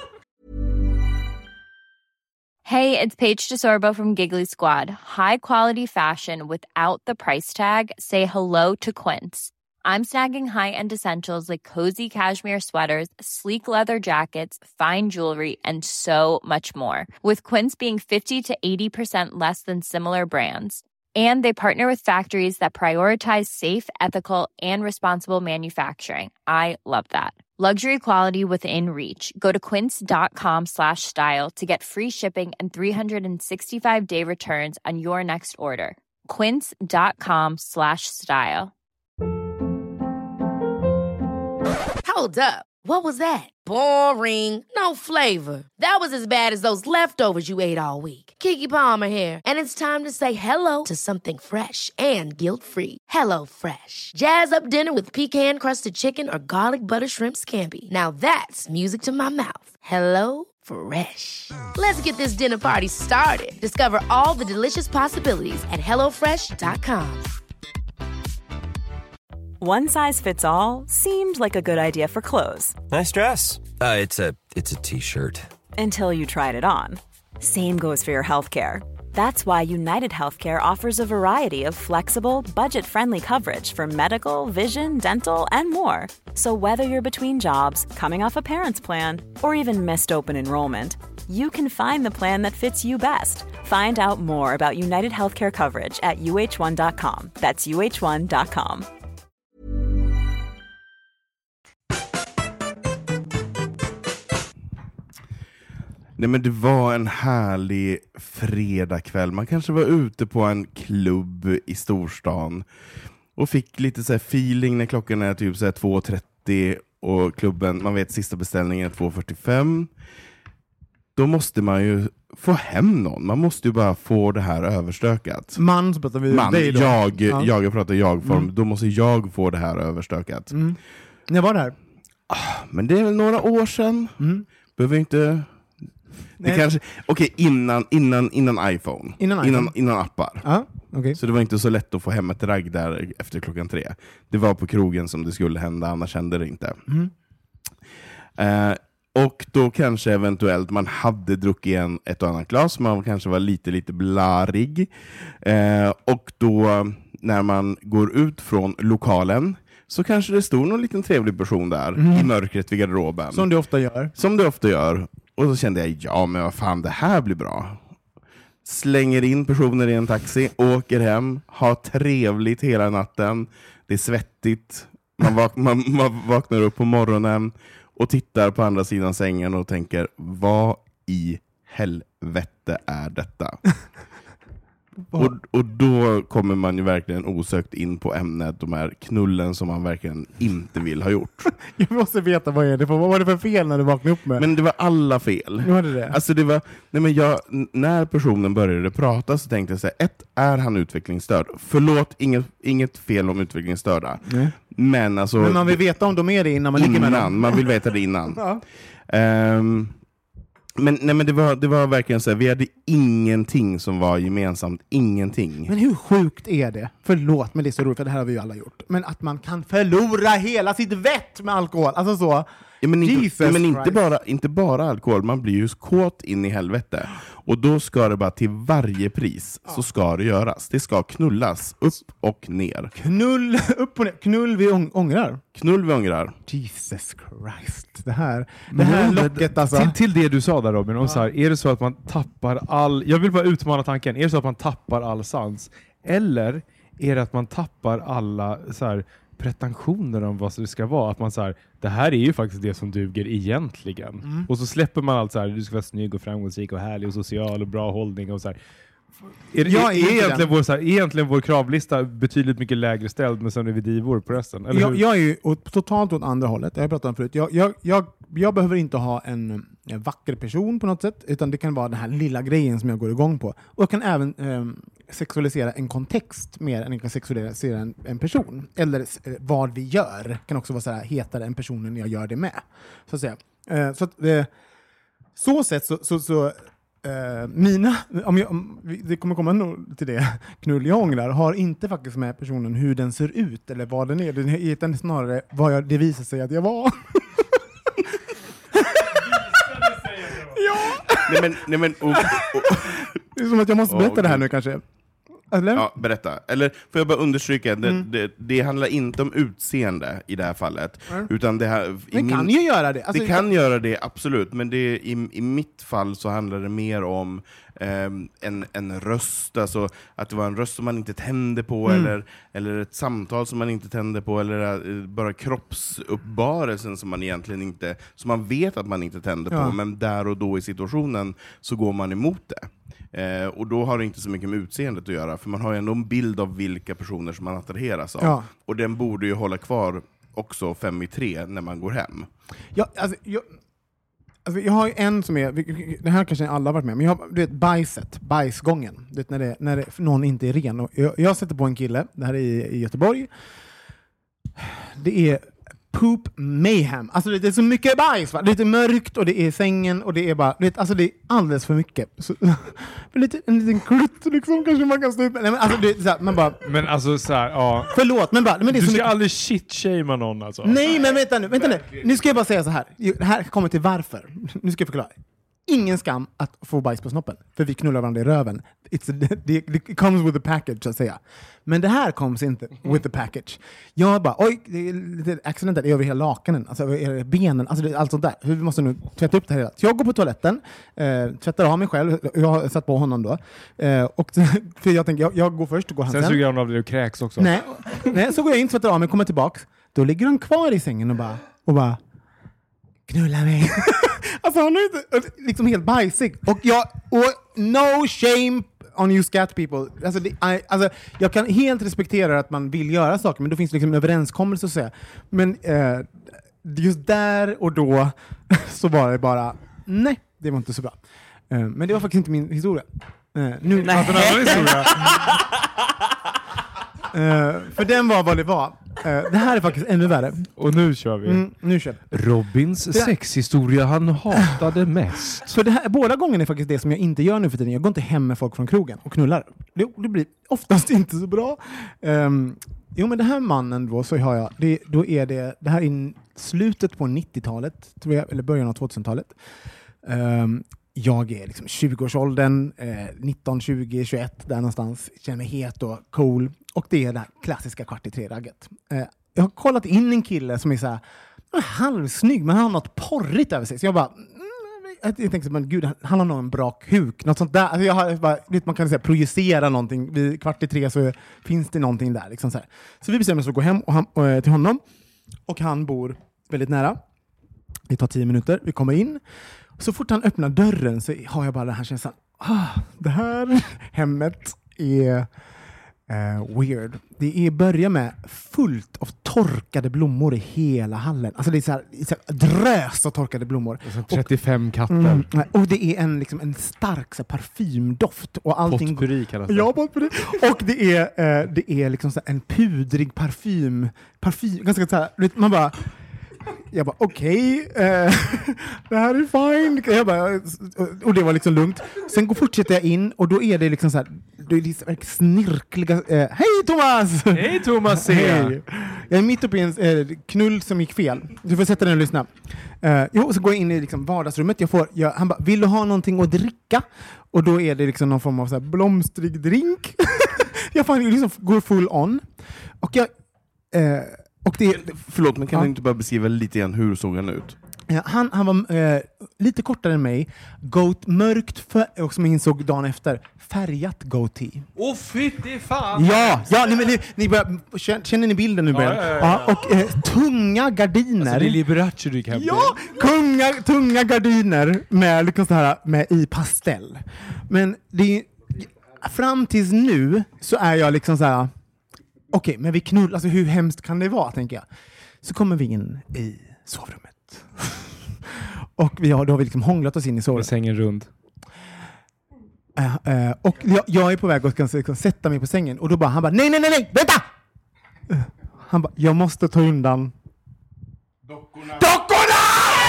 Hey, it's Paige DeSorbo from Giggly Squad. High quality fashion without the price tag. Say hello to Quince. I'm snagging high-end essentials like cozy cashmere sweaters, sleek leather jackets, fine jewelry, and so much more. With Quince being fifty to eighty percent less than similar brands. And they partner with factories that prioritize safe, ethical, and responsible manufacturing. I love that. Luxury quality within reach. Go to quince.com slash style to get free shipping and three sixty-five day returns on your next order. Quince.com slash style. Hold up. What was that? Boring. No flavor. That was as bad as those leftovers you ate all week. Keke Palmer here, and it's time to say hello to something fresh and guilt-free. Hello Fresh. Jazz up dinner with pecan-crusted chicken or garlic butter shrimp scampi. Now that's music to my mouth. Hello Fresh. Let's get this dinner party started. Discover all the delicious possibilities at hello fresh dot com. One size fits all seemed like a good idea for clothes. Nice dress. Uh, it's a it's a t-shirt. Until you tried it on. Same goes for your healthcare. That's why United Healthcare offers a variety of flexible, budget-friendly coverage for medical, vision, dental, and more. So whether you're between jobs, coming off a parent's plan, or even missed open enrollment, you can find the plan that fits you best. Find out more about United Healthcare coverage at u h one dot com. That's u h one dot com. Nej, men det var en härlig fredagkväll. Man kanske var ute på en klubb i storstan och fick lite så här feeling när klockan är typ så här två trettio och klubben, man vet sista beställningen är två fyrtiofem, då måste man ju få hem någon. Man måste ju bara få det här överstökat. Man, så pratar vi Man, dig då. jag, Ja. jag, jag pratar jag-form. Mm. Då måste jag få det här överstökat. Mm. När var det här? Ah, men det är väl några år sedan. Mm. Behöver inte... Det kanske, okej, innan, innan, innan iPhone. Innan innan, iPhone. innan appar. Ja, okay. Så det var inte så lätt att få hem ett ragg där efter klockan tre. Det var på krogen som det skulle hända, annars hände det inte. Mm. Eh, och då kanske eventuellt man hade druckit en, ett och annat glas, man kanske var lite lite blarig. Eh, och då när man går ut från lokalen så kanske det stod någon liten trevlig person där Mm. i mörkret vid garderoben. Som du ofta gör. Som du ofta gör. Och så kände jag, ja men vad fan, det här blir bra. Slänger in personer i en taxi, åker hem, har trevligt hela natten. Det är svettigt. Man, vak- man, man vaknar upp på morgonen och tittar på andra sidan sängen och tänker, vad i helvete är detta? och, och då kommer man ju verkligen osökt in på ämnet, de här knullen som man verkligen inte vill ha gjort. Jag måste veta vad är det för, vad var det för fel när du vaknade upp med? Men det var alla fel. Nu var det det. Alltså det var, nej men jag, n- när personen började prata så tänkte jag så här, ett, är han utvecklingsstörd? Förlåt, inget, inget fel om utvecklingsstörda. Nej. Men alltså... Men man vill veta om de är det innan man ligger med innan, dem. man vill veta det innan. Ja. Ehm, men nej men det var, det var verkligen så här, vi hade ingenting som var gemensamt, ingenting. Men hur sjukt är det? Förlåt, men det är så roligt, för det här har vi ju alla gjort. Men att man kan förlora hela sitt vett med alkohol. Alltså så... Ja, men inte, Jesus ja, men inte, Christ. bara, inte bara alkohol, man blir ju kåt in i helvete. Och då ska det bara till varje pris så ska det göras. Det ska knullas upp och ner. Knull, upp och ner. Knull vi ång- ångrar. Knull vi ångrar. Jesus Christ. Det här, det här locket alltså. Till, till det du sa där Robin, om så här, är det så att man tappar all... Jag vill bara utmana tanken. Är det så att man tappar all sans? Eller är det att man tappar alla så här, pretensioner om vad det ska vara? Att man så här, det här är ju faktiskt det som duger egentligen. Mm. Och så släpper man allt så här, du ska vara snygg och framgångsrik och härlig och social och bra hållning och så här. Är, är, Jag är är, inte egentligen den. vår, så här, är egentligen vår kravlista betydligt mycket lägre ställd, men sen är vi divor på resten? Eller Jag, hur? jag är ju åt, totalt åt andra hållet. Jag har pratat om förut. Jag, jag, jag, jag behöver inte ha en, en vacker person på något sätt, utan det kan vara den här lilla grejen som jag går igång på. Och jag kan även eh, sexualisera en kontext mer än jag kan sexualisera en, en person. Eller eh, vad vi gör kan också vara så här, hetare än personen jag gör det med. Så att säga. Eh, så att, eh, så sätt så, så, så Uh, mina, om jag, om vi, det kommer komma nog till det, knull jag ångrar, har inte faktiskt med personen hur den ser ut eller vad den är, den är utan snarare vad jag, det visar sig att jag var. Ja! Nej men, nej men, och, och, Det är som att jag måste berätta Åh, det här gud. nu kanske. Eller? ja, berätta. Eller får jag bara understryka, det, Mm. det, det handlar inte om utseende i det här fallet. Mm. Utan det här... i Den kan ju göra det. Alltså, det kan göra det, absolut. Men det, i, i mitt fall så handlar det mer om ehm, en, en röst. Alltså att det var en röst som man inte tände på, Mm. eller, eller ett samtal som man inte tände på, eller uh, bara kroppsuppbarelsen som man egentligen inte, som man vet att man inte tände Ja. på, men där och då i situationen så går man emot det. Eh, och då har det inte så mycket med utseendet att göra, för man har ju ändå en bild av vilka personer som man attraheras av. Ja. Och den borde ju hålla kvar också fem i tre när man går hem. Ja, alltså, jag, alltså, jag har ju en som är, det här kanske alla har varit med, men jag har, du vet, bajset, bajsgången, du vet, när, det, när det, någon inte är ren. Och jag, jag sätter på en kille, det här är i, i Göteborg, det är poop mayhem. Alltså det är så mycket bajs, va? Det är mörkt och det är sängen och det är bara, det, alltså det är alldeles för mycket. Så, lite, en liten klutt liksom kanske man kan stå upp. Nej, men alltså det är så här, man bara, Men alltså så här, ja. förlåt, men bara, men det är Du så ska mycket. aldrig shit-shamea någon alltså. Nej, men vänta nu, vänta nu. Nu ska jag bara säga så här. Det här kommer till varför. Nu ska jag förklara. Ingen skam att få bajs på snoppen, för vi knullar varandra i röven. It's a, det, it comes with the package, så att säga. Men det här comes inte with the package. Jag bara, oj, det är lite accident där över hela lakanen, alltså över benen, alltså det, allt sånt där. Vi måste nu tvätta upp det här hela. Så jag går på toaletten, eh, tvättar av mig själv, jag har satt på honom då. Eh, och, för jag tänker, jag, jag går först och går han Sen sen. suger han av dig och kräks också. Nej, nej, så går jag in, tvättar av mig, kommer tillbaks. Då ligger han kvar i sängen och bara, och bara knulla mig. Alltså han är inte, liksom helt bajsig. Och jag, och no shame on you scat people. Alltså, det, I, alltså, jag kan helt respektera att man vill göra saker, men då finns det liksom en överenskommelse att säga. Men eh, just där och då så var det bara, nej, det var inte så bra. Uh, men det var faktiskt inte min historia. Uh, nu Nej. en annan historia. Uh, för den var vad det var. Uh, det här är faktiskt ännu värre. Och nu kör vi. Mm, nu kör vi. Robins sexhistoria han hatade mest. För det här, båda gångerna är faktiskt det som jag inte gör nu för tiden. Jag går inte hem med folk från krogen och knullar. Det, det blir oftast inte så bra. Um, jo, men den här mannen då, så har jag, det, då är det, det här är slutet på nittiotalet, tror jag, eller början av tvåtusentalet. Um, jag är liksom tjugoårsåldern, eh, nitton, tjugo, tjugoett, där någonstans. Känner mig het och cool. Och det är det här klassiska kvart i tre-ragget. Eh, jag har kollat in en kille som är så här halvsnygg, men han har något porrigt över sig. Så jag bara, mm, jag tänkte så, men gud, han har nog en bra kuk. Något sånt där. Alltså jag har, bara, man kan säga projicera någonting. Vid kvart i tre så finns det någonting där. Liksom så, här. Så vi bestämmer oss för att gå hem och han, och, till honom. Och han bor väldigt nära. Det tar tio minuter. Vi kommer in. Så fort han öppnar dörren så har jag bara den här känslan. Ah, det här hemmet är uh, weird. Det är börja med fullt av torkade blommor i hela hallen. Alltså det är så här, så här drös av torkade blommor. Och trettiofem katter. Mm, och det är en, liksom, en stark så här, parfymdoft. Och allting. Potpurri kallas det. Ja, potpurri. Och det är, uh, det är liksom så här, en pudrig parfym. Parfym. Ganska så här, man bara... Jag bara, okej, okay, uh, det här är fine. Jag bara, och det var liksom lugnt. Sen går, fortsätter jag in och då är det liksom så här, det är liksom snirkliga... Uh, Hej Thomas! Hej Thomas! Hej! Jag är mitt uppe i en uh, knull som gick fel. Du får sätta den och lyssna. Uh, jo, så går jag in i liksom vardagsrummet. Jag får, jag, han bara, vill du ha någonting att dricka? Och då är det liksom någon form av så här blomstrig drink. Jag fan, liksom går full on. Och jag... Uh, Och det, Förlåt, men kan ja. du inte bara beskriva lite grann hur såg han ut? Ja, han, han var eh, lite kortare än mig. Goat, mörkt, för, och som jag insåg dagen efter, färgat goatee. Åh, oh, fytti fan! Ja, ja ni, ni, ni börjar, känner ni bilden nu? Ja, ja, ja, ja. Ja, och eh, tunga gardiner. Alltså, det är Liberace du gick hem till. Ja, tunga, tunga gardiner med, liksom så här, med i pastell. Men det, fram tills nu så är jag liksom så här... Okej, okay, men vi knullar, alltså hur hemskt kan det vara, tänker jag. Så kommer vi in i sovrummet. Och vi har, då har vi liksom hånglat oss in i sovrummet. Med sängen rund. Uh, uh, och jag, jag är på väg att ska, ska sätta mig på sängen. Och då bara, han bara, nej, nej, nej, nej, vänta! Uh, han bara, jag måste ta undan Dockorna! Dockorna!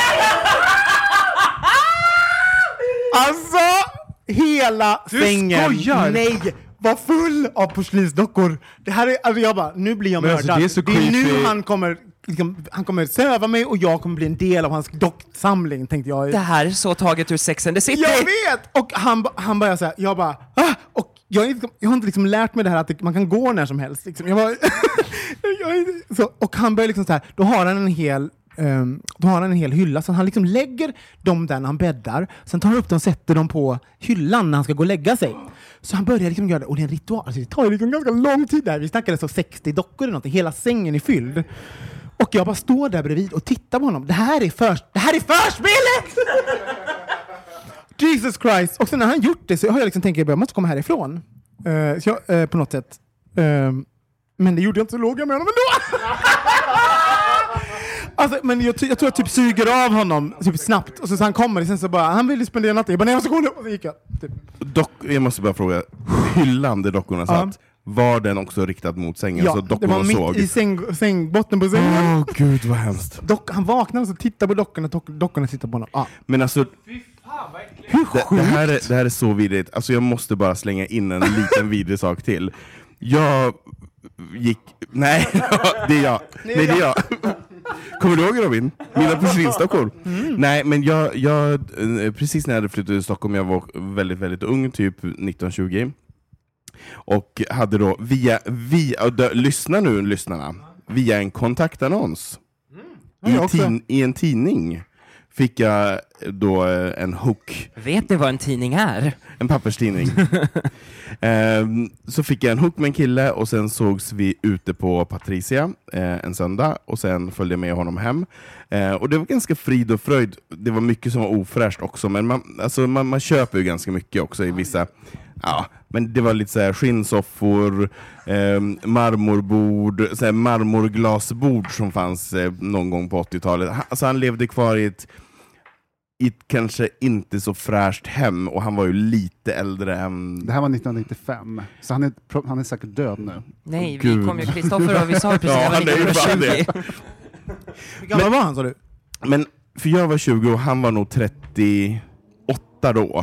Alltså, hela du sängen. Skojar. Nej! Var full av porslinsdockor. Det här är, alltså jag bara, nu blir jag Men mördad. alltså, det är, det är nu creepy. han kommer, liksom, han kommer söva mig och jag kommer bli en del av hans docksamling, tänkte jag. Det här är så taget ur Sex and the City. Jag vet! Och han, han bara säga, jag bara, ah! Och jag, är, jag har inte liksom lärt mig det här att det, man kan gå när som helst. Liksom. Jag bara, jag är, så, och han börjar liksom så här, då har han en hel Um, då har han en hel hylla, så han liksom lägger dem där när han bäddar, sen tar han upp dem och sätter dem på hyllan när han ska gå och lägga sig. Så han börjar liksom göra det, och det är en ritual, alltså det tar ju liksom ganska lång tid där. Vi snackade så sextio dockor eller någonting, hela sängen är fylld. Och jag bara står där bredvid och tittar på honom. Det här är först, det här är förspelet! Jesus Christ! Och sen när han gjort det så har jag liksom tänkt att jag måste komma härifrån. Uh, så jag, uh, på något sätt. Uh, men det gjorde jag inte, så låg jag med honom ändå. Alltså, men jag, jag tror jag typ suger av honom typ snabbt. Och så, så han kommer och sen så bara, han ville spendera natten. Jag bara, nej, jag ska gå nu. Och så gick jag. Typ. Dock, jag måste bara fråga, hyllan där dockorna satt, uh. var den också riktad mot sängen? Ja, så dockorna det var mitt såg. i säng, säng, botten på sängen. Åh oh, gud vad hemskt. Dock, han vaknade och så tittade på dockorna, dock, dockorna tittade på honom. Ah. Men alltså, hur det, det, här är, det här är så vidrigt. Alltså jag måste bara slänga in en liten vidrig sak till. Jag gick... Nej, det är jag. Nej, det är jag. Kommer du ihåg, Robin? Mina porslinsdockor. Mm. Nej, men jag, jag... Precis när jag hade flyttat till Stockholm, jag var väldigt, väldigt ung, typ nitton tjugo. Och hade då via... via dö, lyssna nu, lyssnarna. Via en kontaktannons. Mm. I, tin, I en tidning fick jag då en hook. Vet ni vad en tidning är? En papperstidning. um, så fick jag en hook med en kille och sen sågs vi ute på Patricia uh, en söndag och sen följde jag med honom hem. Uh, och det var ganska frid och fröjd. Det var mycket som var ofräscht också, men man, alltså man, man köper ju ganska mycket också i vissa Ja, men det var lite så här skinnsoffor, eh, marmorbord, så här marmorglasbord som fanns eh, någon gång på åttiotalet. Han, alltså han levde kvar i ett, i ett kanske inte så fräscht hem, och han var ju lite äldre än... Det här var nittonhundranitttiofem, så han är, han är säkert död nu. Nej, Gud. vi kom ju Kristoffer och vi sa ju precis Ja, att det var nittonhundratjugo. Hur gammal var han, sa du? Men för jag var tjugo och han var nog trettioåtta då.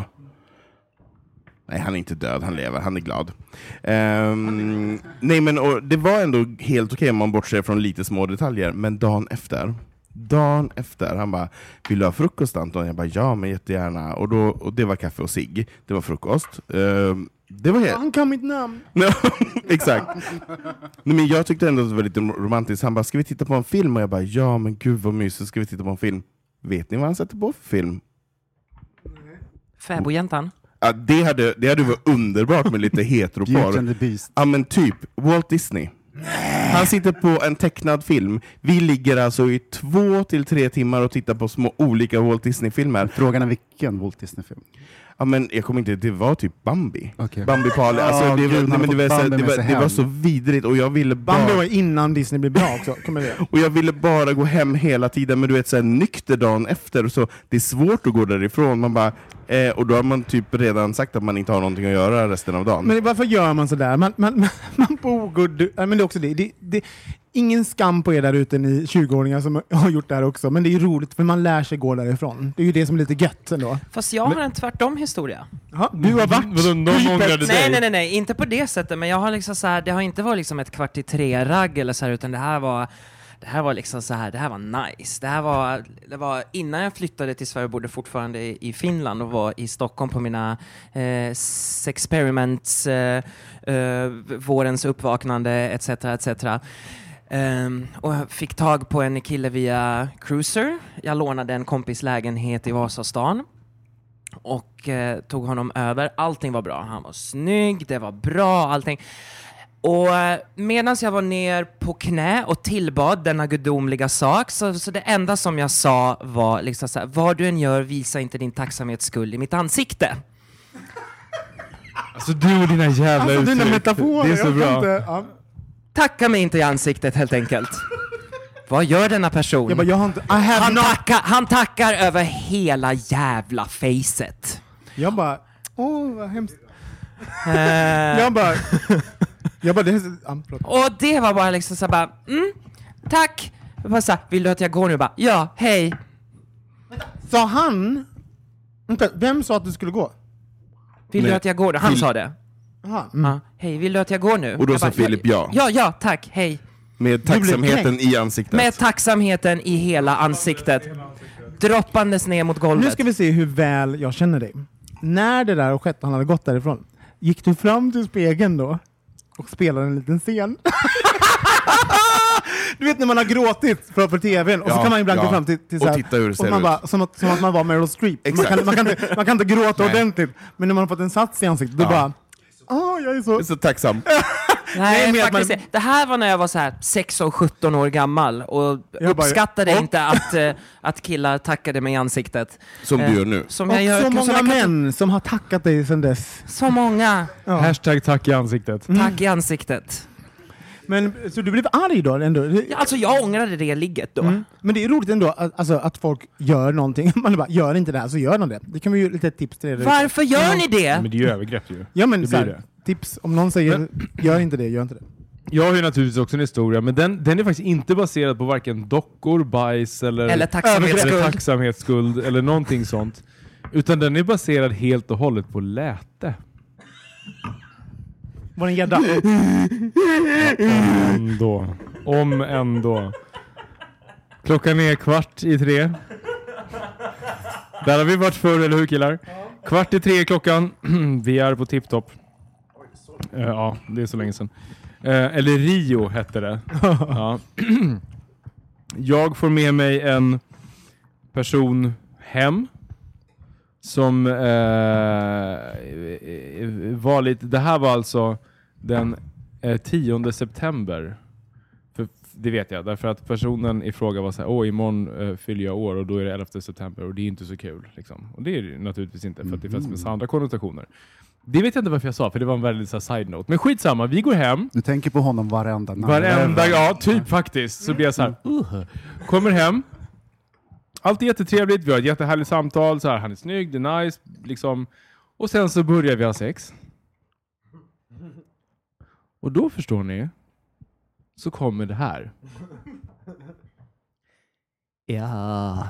Nej, han är inte död, han lever, han är glad. Um, nej, men och, det var ändå helt okej om man bortser från lite små detaljer. Men dagen efter, dagen efter, han bara, vill du ha frukost, Anton? Jag bara, ja, men jättegärna. Och, då, och det var kaffe och cigg, det var frukost. Um, det var helt... Han kan mitt namn. Exakt. Nej, men jag tyckte ändå att det var lite romantiskt. Han bara, ska vi titta på en film? Och jag bara, ja, men gud vad mysigt, ska vi titta på en film? Vet ni vad han sätter på för film? Fäbodjäntan. Ja, det hade, det hade varit underbart med lite heteropar. Ja, men typ Walt Disney. Han sitter på en tecknad film. Vi ligger alltså i två till tre timmar och tittar på små olika Walt Disney-filmer. Frågan är vilken Walt Disney-film? Ja, men jag kommer inte, det var typ Bambi. Okay. Bambi Pali. Alltså, oh, det, Gud, var, nej, men det, var, Bambi det, var, det var så vidrigt och jag ville bara... Bambi var innan Disney blev bra också. Kommer det? Och jag ville bara gå hem hela tiden, men du vet, så här, nykter dagen efter, så det är svårt att gå därifrån. Man bara, eh, och då har man typ redan sagt att man inte har någonting att göra resten av dagen. Men varför gör man sådär? Man, man, man, man borde... Men det är också det. det, det ingen skam på er där ute, ni tjugoåringar som har gjort det här också. Men det är ju roligt, för man lär sig gå därifrån. Det är ju det som är lite gött ändå. Fast jag har en tvärtom historia. Aha, du har varit... Vadå, någon ångrade dig? Nej, nej, nej, nej, inte på det sättet. Men jag har liksom så här, det har inte varit liksom ett kvart i tre-ragg eller så här, utan det här var... Det här var liksom så här, det här var nice. Det här var, det var innan jag flyttade till Sverige, bodde fortfarande i, i Finland och var i Stockholm på mina eh, experiments, eh, eh, vårens uppvaknande, et cetera, et cetera. Um, och jag fick tag på en kille via Cruiser. Jag lånade en kompis lägenhet i Vasastan och eh, tog honom över. Allting var bra. Han var snygg, det var bra, allting. Och medan jag var ner på knä och tillbad denna gudomliga sak, så, så det enda som jag sa var liksom så här: vad du än gör, visa inte din tacksamhetsskuld i mitt ansikte. Alltså du och dina jävla alltså, uttryck. Dina metaforer, det är så bra. Inte, ja. Tacka mig inte i ansiktet, helt enkelt. Vad gör denna person? Jag bara, jag har inte, han, not... tackar, han tackar över hela jävla facet. Jag bara, åh vad hemskt. Uh... jag bara... Jag bara, det är... ah, och det var bara liksom så bara, mm, tack. Jag bara så här, vill du att jag går nu? Bara, ja, hej. Sa han... Vänta, vem sa att du skulle gå? Vill Nej. du att jag går? Han Vill... sa det. Aha, mm. Ja, hej, vill du att jag går nu? Och då jag sa bara, Filip ja. Ja, ja, tack, hej. Med tacksamheten i ansiktet. Med tacksamheten i hela ansiktet. Droppandes ner mot golvet. Nu ska vi se hur väl jag känner dig. När det där och skett, han hade gått därifrån, gick du fram till spegeln då och spelade en liten scen? Du vet när man har gråtit för, för tvn och ja, så kan man ibland ja. gå fram till, till så här, och titta hur det ser och man ut. Bara, som, att, som att man var Meryl Streep. Man kan, man, kan inte, man kan inte gråta Nej. ordentligt, men när man har fått en sats i ansiktet, då ja. bara, åh, jag är så... Jag är så tacksam. Nej, Nej faktiskt man... Det här var när jag var så här sexton sjutton år gammal och jag uppskattade bara, inte att, uh, att killar tackade mig i ansiktet. Som du gör nu. Som och jag gör, så många som män kan... som har tackat dig sedan dess. Så många. Ja. Hashtag tack i ansiktet. Mm. Tack i ansiktet. Men, så du blev arg då ändå? Ja, alltså jag ångrade det ligget då. Mm. Men det är roligt ändå att, alltså, att folk gör någonting. Man bara, gör inte det här så gör de det. Det kan vi ju lite tips till er. Varför gör ja. ni det? Men det är ju övergrepp ju. Ja men det så här, det. tips. Om någon säger, men, gör inte det, gör inte det. Jag har ju naturligtvis också en historia, men den, den är faktiskt inte baserad på varken dockor, bajs eller, eller tacksamhetsskuld. eller tacksamhetsskuld eller någonting sånt. Utan den är baserad helt och hållet på läte. Var det en gädda? Ja, ändå. Om ändå. Klockan är kvart i tre. Där har vi varit förr, eller hur killar? Kvart i tre klockan. Vi är på tipptopp. Uh, ja, det är så länge sedan. Uh, eller Rio hette det. Ja. Jag får med mig en person hem som uh, var lite... Det här var alltså den uh, tionde september. För, det vet jag, därför att personen i fråga var så här: åh, imorgon uh, fyller jag år och då är det elfte september och det är inte så kul. Liksom. Och det är det naturligtvis inte, för att det finns med andra konnotationer. Det vet jag inte varför jag sa, för det var en väldigt så här, side note. Men skitsamma, vi går hem. Du tänker på honom varenda natt. Varenda, ja, typ faktiskt. Så blir jag så här, uh. kommer hem. Allt är jättetrevligt, vi har ett jättehärligt samtal. Så här, han är snygg, det är nice. Liksom. Och sen så börjar vi ha sex. Och då förstår ni, så kommer det här. Ja...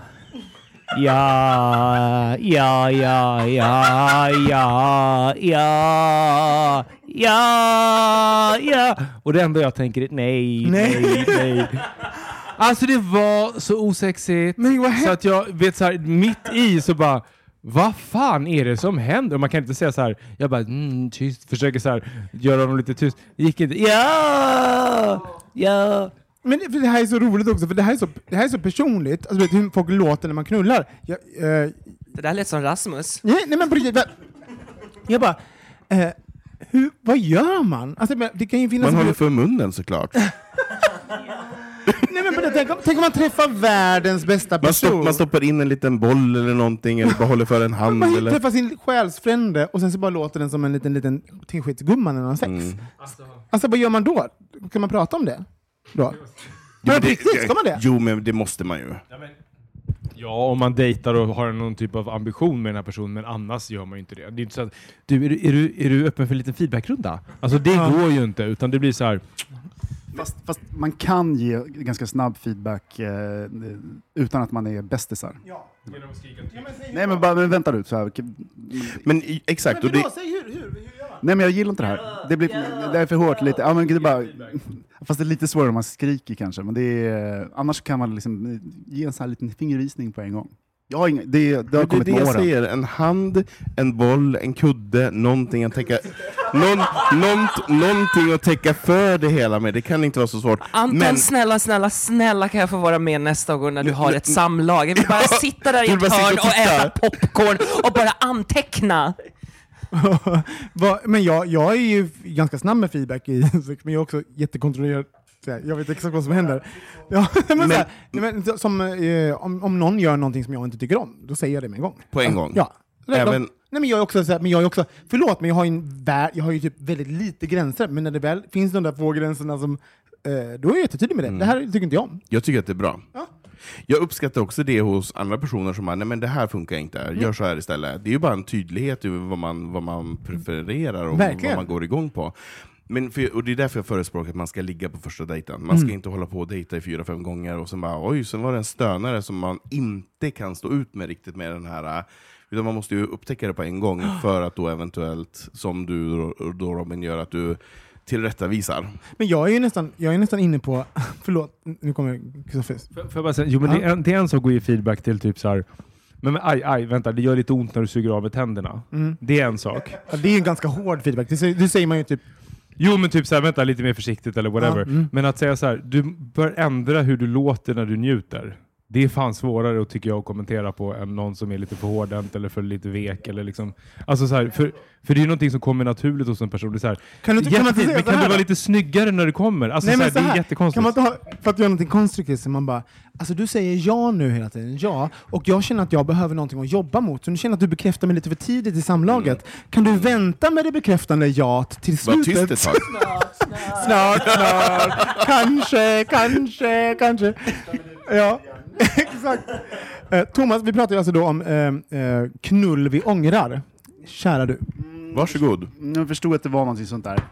Ja, ja, ja, ja, ja, ja, ja, ja. Och det enda jag tänker är nej, nej, nej. Alltså det var så osexigt. Men vad så att jag vet så här, mitt i så bara, vad fan är det som händer? Och man kan inte säga så här, jag bara, mm, tyst, försöker så här, göra dem lite tyst. Det gick inte, ja, ja. Men det, det här är så roligt också, för det här är så, det här är så personligt. Alltså, vet du hur folk låter när man knullar? Jag, eh, det där lät som Rasmus. Nej, nej men på riktigt. Jag bara, eh, hur, vad gör man? Alltså, det kan ju finnas... Man håller för munnen såklart. Nej, men det, tänk, om, tänk om man träffar världens bästa person. Man, stopp, man stoppar in en liten boll eller någonting, eller bara håller för en hand. Man eller... träffar sin själsfrände och sen så bara låter den som en liten, liten teskitsgumma när man har sex. Mm. Alltså, vad gör man då? Kan man prata om det? Då? Ja, men det, riktigt, ska man det? Jo, men det måste man ju. Ja, men, ja, om man dejtar och har någon typ av ambition med den här personen, men annars gör man ju inte det. Det är inte så att, du, är, du, är, du, är du öppen för en liten feedbackrunda? Alltså det ja. går ju inte, utan det blir så här... Fast, fast man kan ge ganska snabb feedback eh, utan att man är bästisar. Ja. Genom att skrika. Ja, men Nej, men bara men vänta ut. Så här. Men exakt. Men, och det... då, säg hur, hur, hur gör man? Nej, men jag gillar inte det här. Det, blir, det är för hårt lite. Ja, men det är bara, fast det är lite svårare om man skriker kanske. Men det är, annars kan man liksom ge en sån här liten fingervisning på en gång. Jag har inga, det, det har det, kommit det med jag åren. säger, en hand, en boll, en kudde, någonting att täcka, någon, nånt, någonting att täcka för det hela med. Det kan inte vara så svårt. Anton, men... snälla, snälla, snälla kan jag få vara med nästa gång när du har ett samlag. Jag vill bara sitta där i ett hörn och, och äta popcorn och bara anteckna. Men jag, jag är ju ganska snabb med feedback i sex, men jag är också jättekontrollerad. Jag vet exakt vad som händer. Ja, men men, här, men, som, eh, om, om någon gör någonting som jag inte tycker om, då säger jag det med en gång. På en gång? Ja. Även... De, nej, men jag är också så här, men jag är också, förlåt, men jag har ju en vär, jag har ju typ väldigt lite gränser, men när det väl finns de där få gränserna som, eh, då är jag jättetydlig med det. Mm. Det här tycker inte jag om. Jag tycker att det är bra. Ja. Jag uppskattar också det hos andra personer som bara, nej men det här funkar inte, gör mm. så här istället. Det är ju bara en tydlighet över vad man, vad man prefererar och Verkligen. vad man går igång på. Men för, och det är därför jag förespråkar att man ska ligga på första dejten. Man ska mm. inte hålla på och dejta i fyra, fem gånger och sen bara, oj, sen var det en stönare som man inte kan stå ut med riktigt med den här. Utan man måste ju upptäcka det på en gång för att då eventuellt, som du då Robin gör, att du tillrättavisar. Men jag är ju nästan, jag är nästan inne på, förlåt, nu kommer Kristoffer. För, för bara säga, jo men ja. det, är en, det är en som går i feedback till typ så här. Men, men aj, aj, vänta, det gör lite ont när du suger av tänderna. Mm. Det är en sak. Ja, det är en ganska hård feedback. Det säger, det säger man ju typ. Jo, men typ så här, vänta lite mer försiktigt eller whatever. Ja, mm. Men att säga så här, du bör ändra hur du låter när du njuter. Det är fan svårare att, tycker jag, att kommentera på än någon som är lite för hårdhänt eller för lite vek eller liksom. Alltså så här, för, för det är ju någonting som kommer naturligt hos en person. Det är så här, kan du inte, jätte, kan man men kan du vara lite snyggare när du kommer? Alltså nej, så här, så här, det är jättekonstigt. Kan man inte ha, för att göra någonting konstruktivt så man bara, alltså du säger ja nu hela tiden, ja, och jag känner att jag behöver någonting att jobba mot. Så du känner att du bekräftar mig lite för tidigt i samlaget. Mm. Kan du vänta med det bekräftande ja till slutet? Var tyst ett tag. Snart, snart. Kanske, kanske, kanske. Ja. Exakt. Eh, Thomas, vi pratar ju alltså då om eh, eh, knull vi ångrar. Kära du. Mm, Varsågod. Jag förstod att det var någonting sånt där.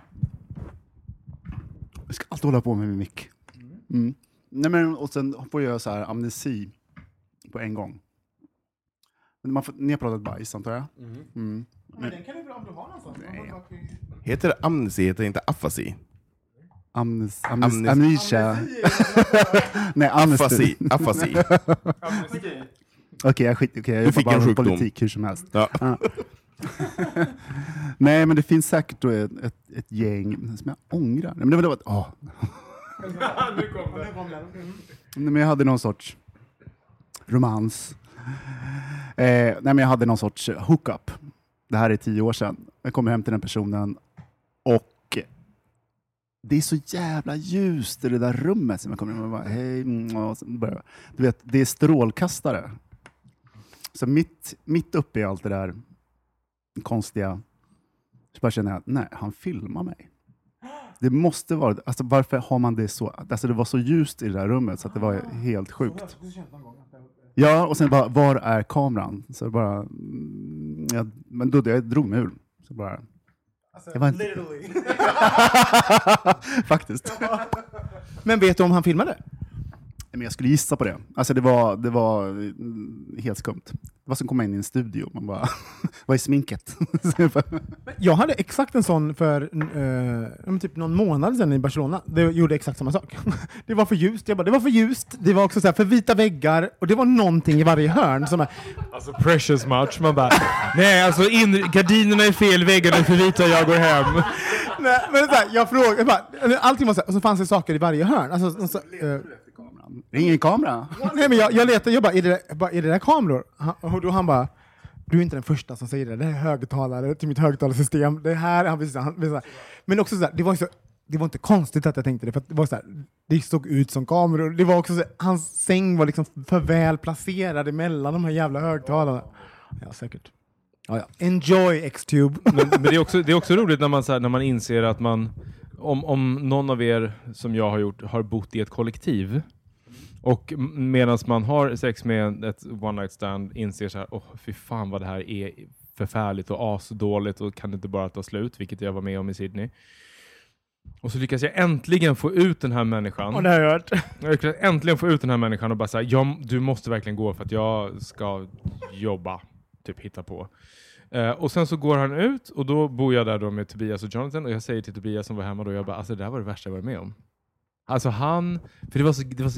Jag ska alltid hålla på med min mick. Mm. Nej, men, och sen får jag så här amnesi på en gång. Men man får, ni har pratat bajs, antar jag? Mm. Mm. Men den kan du bra om du har någonstans. Heter det amnesi, heter det inte afasi? Amnes, amnes, amnesia. Nej, amnesti. Afasi. Okej, jag skit. Okay, jag du fick bara en sjukdom. Politik hur som helst. Ja. Ah. Nej, men det finns säkert då ett, ett, ett gäng som jag ångrar. Men det var det. Åh. Nu kom det. Nej, men jag hade någon sorts romans. Eh, nej, men jag hade någon sorts hookup. Det här är tio år sedan. Jag kommer hem till den personen och det är så jävla ljust i det där rummet som jag kommer in och bara, hej, och så börjar, du vet, det är strålkastare. Så mitt, mitt uppe i allt det där konstiga Så bara känner jag, nej, han filmar mig. Det måste vara, alltså varför har man det så, alltså det var så ljust i det där rummet så att det var helt sjukt. Ja, och sen bara, var är kameran? Så bara, mm, jag, men då jag drog mig ur. Så bara, alltså, jag var inte... Faktiskt. Men vet du om han filmade? Men jag skulle gissa på det. Alltså det var, det var helt skumt. Det var som att komma in i en studio. Man bara, vad är sminket? Jag hade exakt en sån för uh, typ någon månad sedan i Barcelona. Det gjorde exakt samma sak. Det var för ljust. Jag bara, det var för ljust. Det var också så här för vita väggar. Och det var någonting i varje hörn. Som är... Alltså precious much. Man bara, nej alltså in, gardinerna är fel, väggarna är för vita, jag går hem. Nej, men så här, jag frågade, jag bara, allting var så här, och så fanns det saker i varje hörn. Alltså, så, uh, ingen kamera. Nej, men jag, jag letade, jag bara, är det, bara, är det där kameror? Han, och då han bara, du är inte den första som säger det. Det här är högtalare till mitt högtalarsystem. Det här, han visade, han visade. Men också så här, det var så, det var inte konstigt att jag tänkte det, för att det var så här, det såg ut som kameror. Det var också så här, hans säng var liksom för väl placerad mellan de här jävla högtalarna. Ja, säkert. Ja, ja. Enjoy Xtube. Men, men det är också det är också roligt när man så här, när man inser att man om om någon av er som jag har gjort har bott i ett kollektiv. Och medan man har sex med ett one night stand inser så här, åh oh, fy fan vad det här är förfärligt och asdåligt och kan inte bara ta slut, vilket jag var med om i Sydney. Och så lyckas jag äntligen få ut den här människan. Och det har jag hört. Jag lyckas äntligen få ut den här människan och bara säga, ja, du måste verkligen gå för att jag ska jobba, typ hitta på. Uh, och sen så går han ut och då bor jag där då med Tobias och Jonathan och jag säger till Tobias som var hemma då, jag bara, alltså det där var det värsta jag varit med om. Alltså han, för det var så, det var så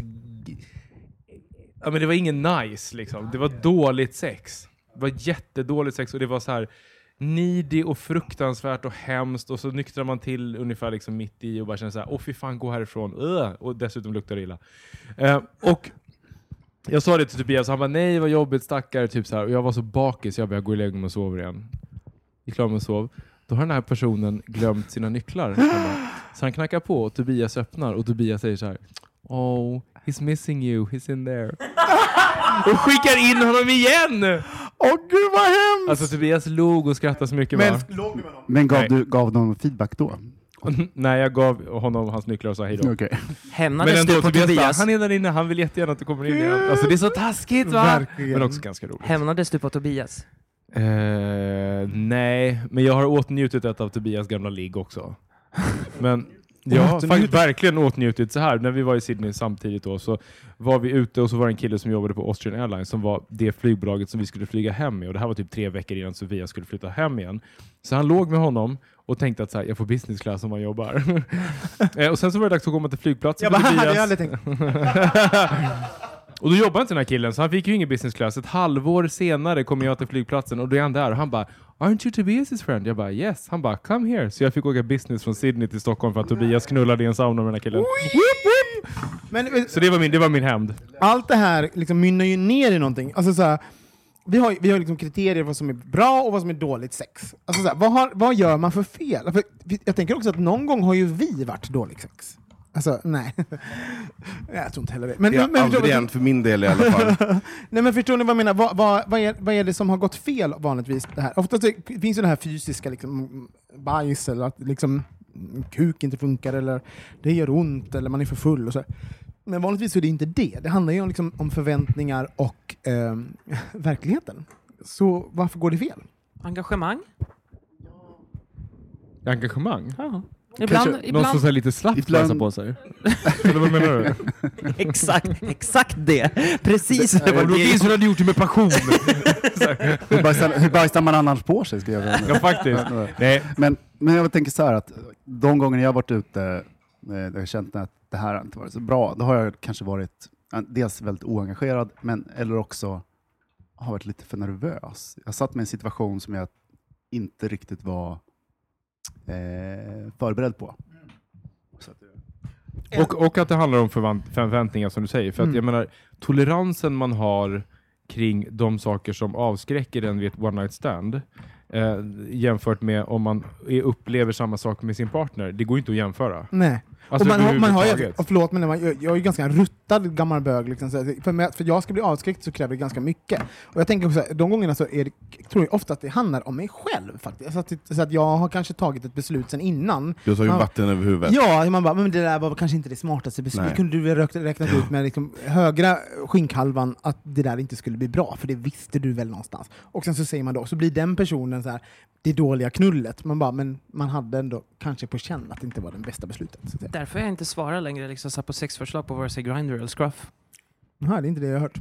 ja men det var ingen nice liksom. Det var dåligt sex. Det var jättedåligt sex och det var så här needy och fruktansvärt och hemskt och så nyktrar man till ungefär liksom mitt i och bara känner så här, åh fy fan, gå härifrån. Uh, och dessutom luktar det illa. Uh, och jag sa det till Tobias och han bara, nej vad jobbigt, stackare, typ så här. Och jag var så bakis, jag bara, jag går och lägger mig och sover igen. Jag klar mig och sov. Då har den här personen glömt sina nycklar. Så han knackar på och Tobias öppnar och Tobias säger så här, oh, he's missing you, he's in there. Och skickar in honom igen! Åh oh, gud vad hemskt! Alltså Tobias log och skrattade så mycket. Men, va? Men gav Nej. du gav någon feedback då? Nej, jag gav honom hans nycklar och sa hej då. Okay. Hämnades du på Tobias, Tobias? Han är där inne, han vill jättegärna att du kommer in igen. Alltså det är så taskigt va? Verkligen. Men också ganska roligt. Hämnades du på Tobias? Uh, nej, men jag har åtnjutit ett av Tobias gamla ligg också. Men jag har faktiskt verkligen åtnjutit så här. När vi var i Sydney samtidigt då, så var vi ute och så var det en kille som jobbade på Austrian Airlines som var det flygbolaget som vi skulle flyga hem med. Och det här var typ tre veckor innan Sofia skulle flytta hem igen. Så han låg med honom och tänkte att så här, jag får business class om man jobbar. Och sen så var det dags att komma till flygplatsen. Jag bara, hade jag aldrig tänkt. Och då jobbade inte den här killen, så han fick ju ingen business class. Ett halvår senare kom jag till flygplatsen och då är han där och han bara, aren't you Tobias' friend? Jag bara, yes. Han bara, come here. Så jag fick åka business från Sydney till Stockholm för att Tobias knullade i en sauna med den här killen. Men, så det var min, det var min hämnd. Allt det här liksom mynnar ju ner i någonting. Alltså så här, vi har, vi har liksom kriterier för vad som är bra och vad som är dåligt sex. Alltså så här, vad, har, vad gör man för fel? För jag tänker också att någon gång har ju vi varit dåligt sex. Alltså, nej. Jag tror inte heller det. Men, det har men, aldrig hänt för min del i alla fall. Nej, men förstår ni vad jag menar? Vad, vad, vad, är, vad är det som har gått fel vanligtvis? Det här? Ofta finns ju det här fysiska liksom, bajs eller att liksom, kuk inte funkar eller det gör ont eller man är för full och så. Men vanligtvis är det inte det. Det handlar ju om, liksom, om förväntningar och eh, verkligheten. Så varför går det fel? Engagemang? Engagemang? Ja. Ibland, Någon ibland... som så lite slappt ibland... på sig. Eller vad menar du? exakt, exakt det. Precis. Det, det var det finns hur hade gjort det med passion. hur, bajsar, hur bajsar man annars på sig? Ska jag ja, faktiskt. Nej. Men, men jag tänker så här att de gånger jag har varit ute där jag har känt att det här inte varit så bra, då har jag kanske varit dels väldigt oengagerad, men eller också har varit lite för nervös. Jag satt med en situation som jag inte riktigt var Eh, förberedd på. Så att, eh. och, och att det handlar om förvant- förväntningar som du säger. För att mm. jag menar, toleransen man har kring de saker som avskräcker en vid ett one night stand eh, jämfört med om man är, upplever samma sak med sin partner. Det går inte att jämföra. Nej. Alltså, och man, har, man har ju, överhuvudtaget. och förlåt, men jag, jag är ju ganska en ruttad gammal bög. Liksom, så för, mig, för jag ska bli avskräckt så kräver det ganska mycket. Och jag tänker också, de gångerna så är det, tror jag ofta att det handlar om mig själv faktiskt. Så att, så att jag har kanske tagit ett beslut sen innan. Du har tagit man, vatten över huvudet. Ja, man bara, men det där var kanske inte det smartaste beslutet. Nej. Kunde du väl räknat ut med liksom högra skinkhalvan att det där inte skulle bli bra, för det visste du väl någonstans. Och sen så säger man då, så blir den personen så här, det dåliga knullet. Man bara, men man hade ändå kanske på känn att det inte var det bästa beslutet. Så att säga. Därför jag inte svarar längre liksom, så här på sexförslag på vare sig Grindr eller Scruff. Nej, det är inte det jag har hört.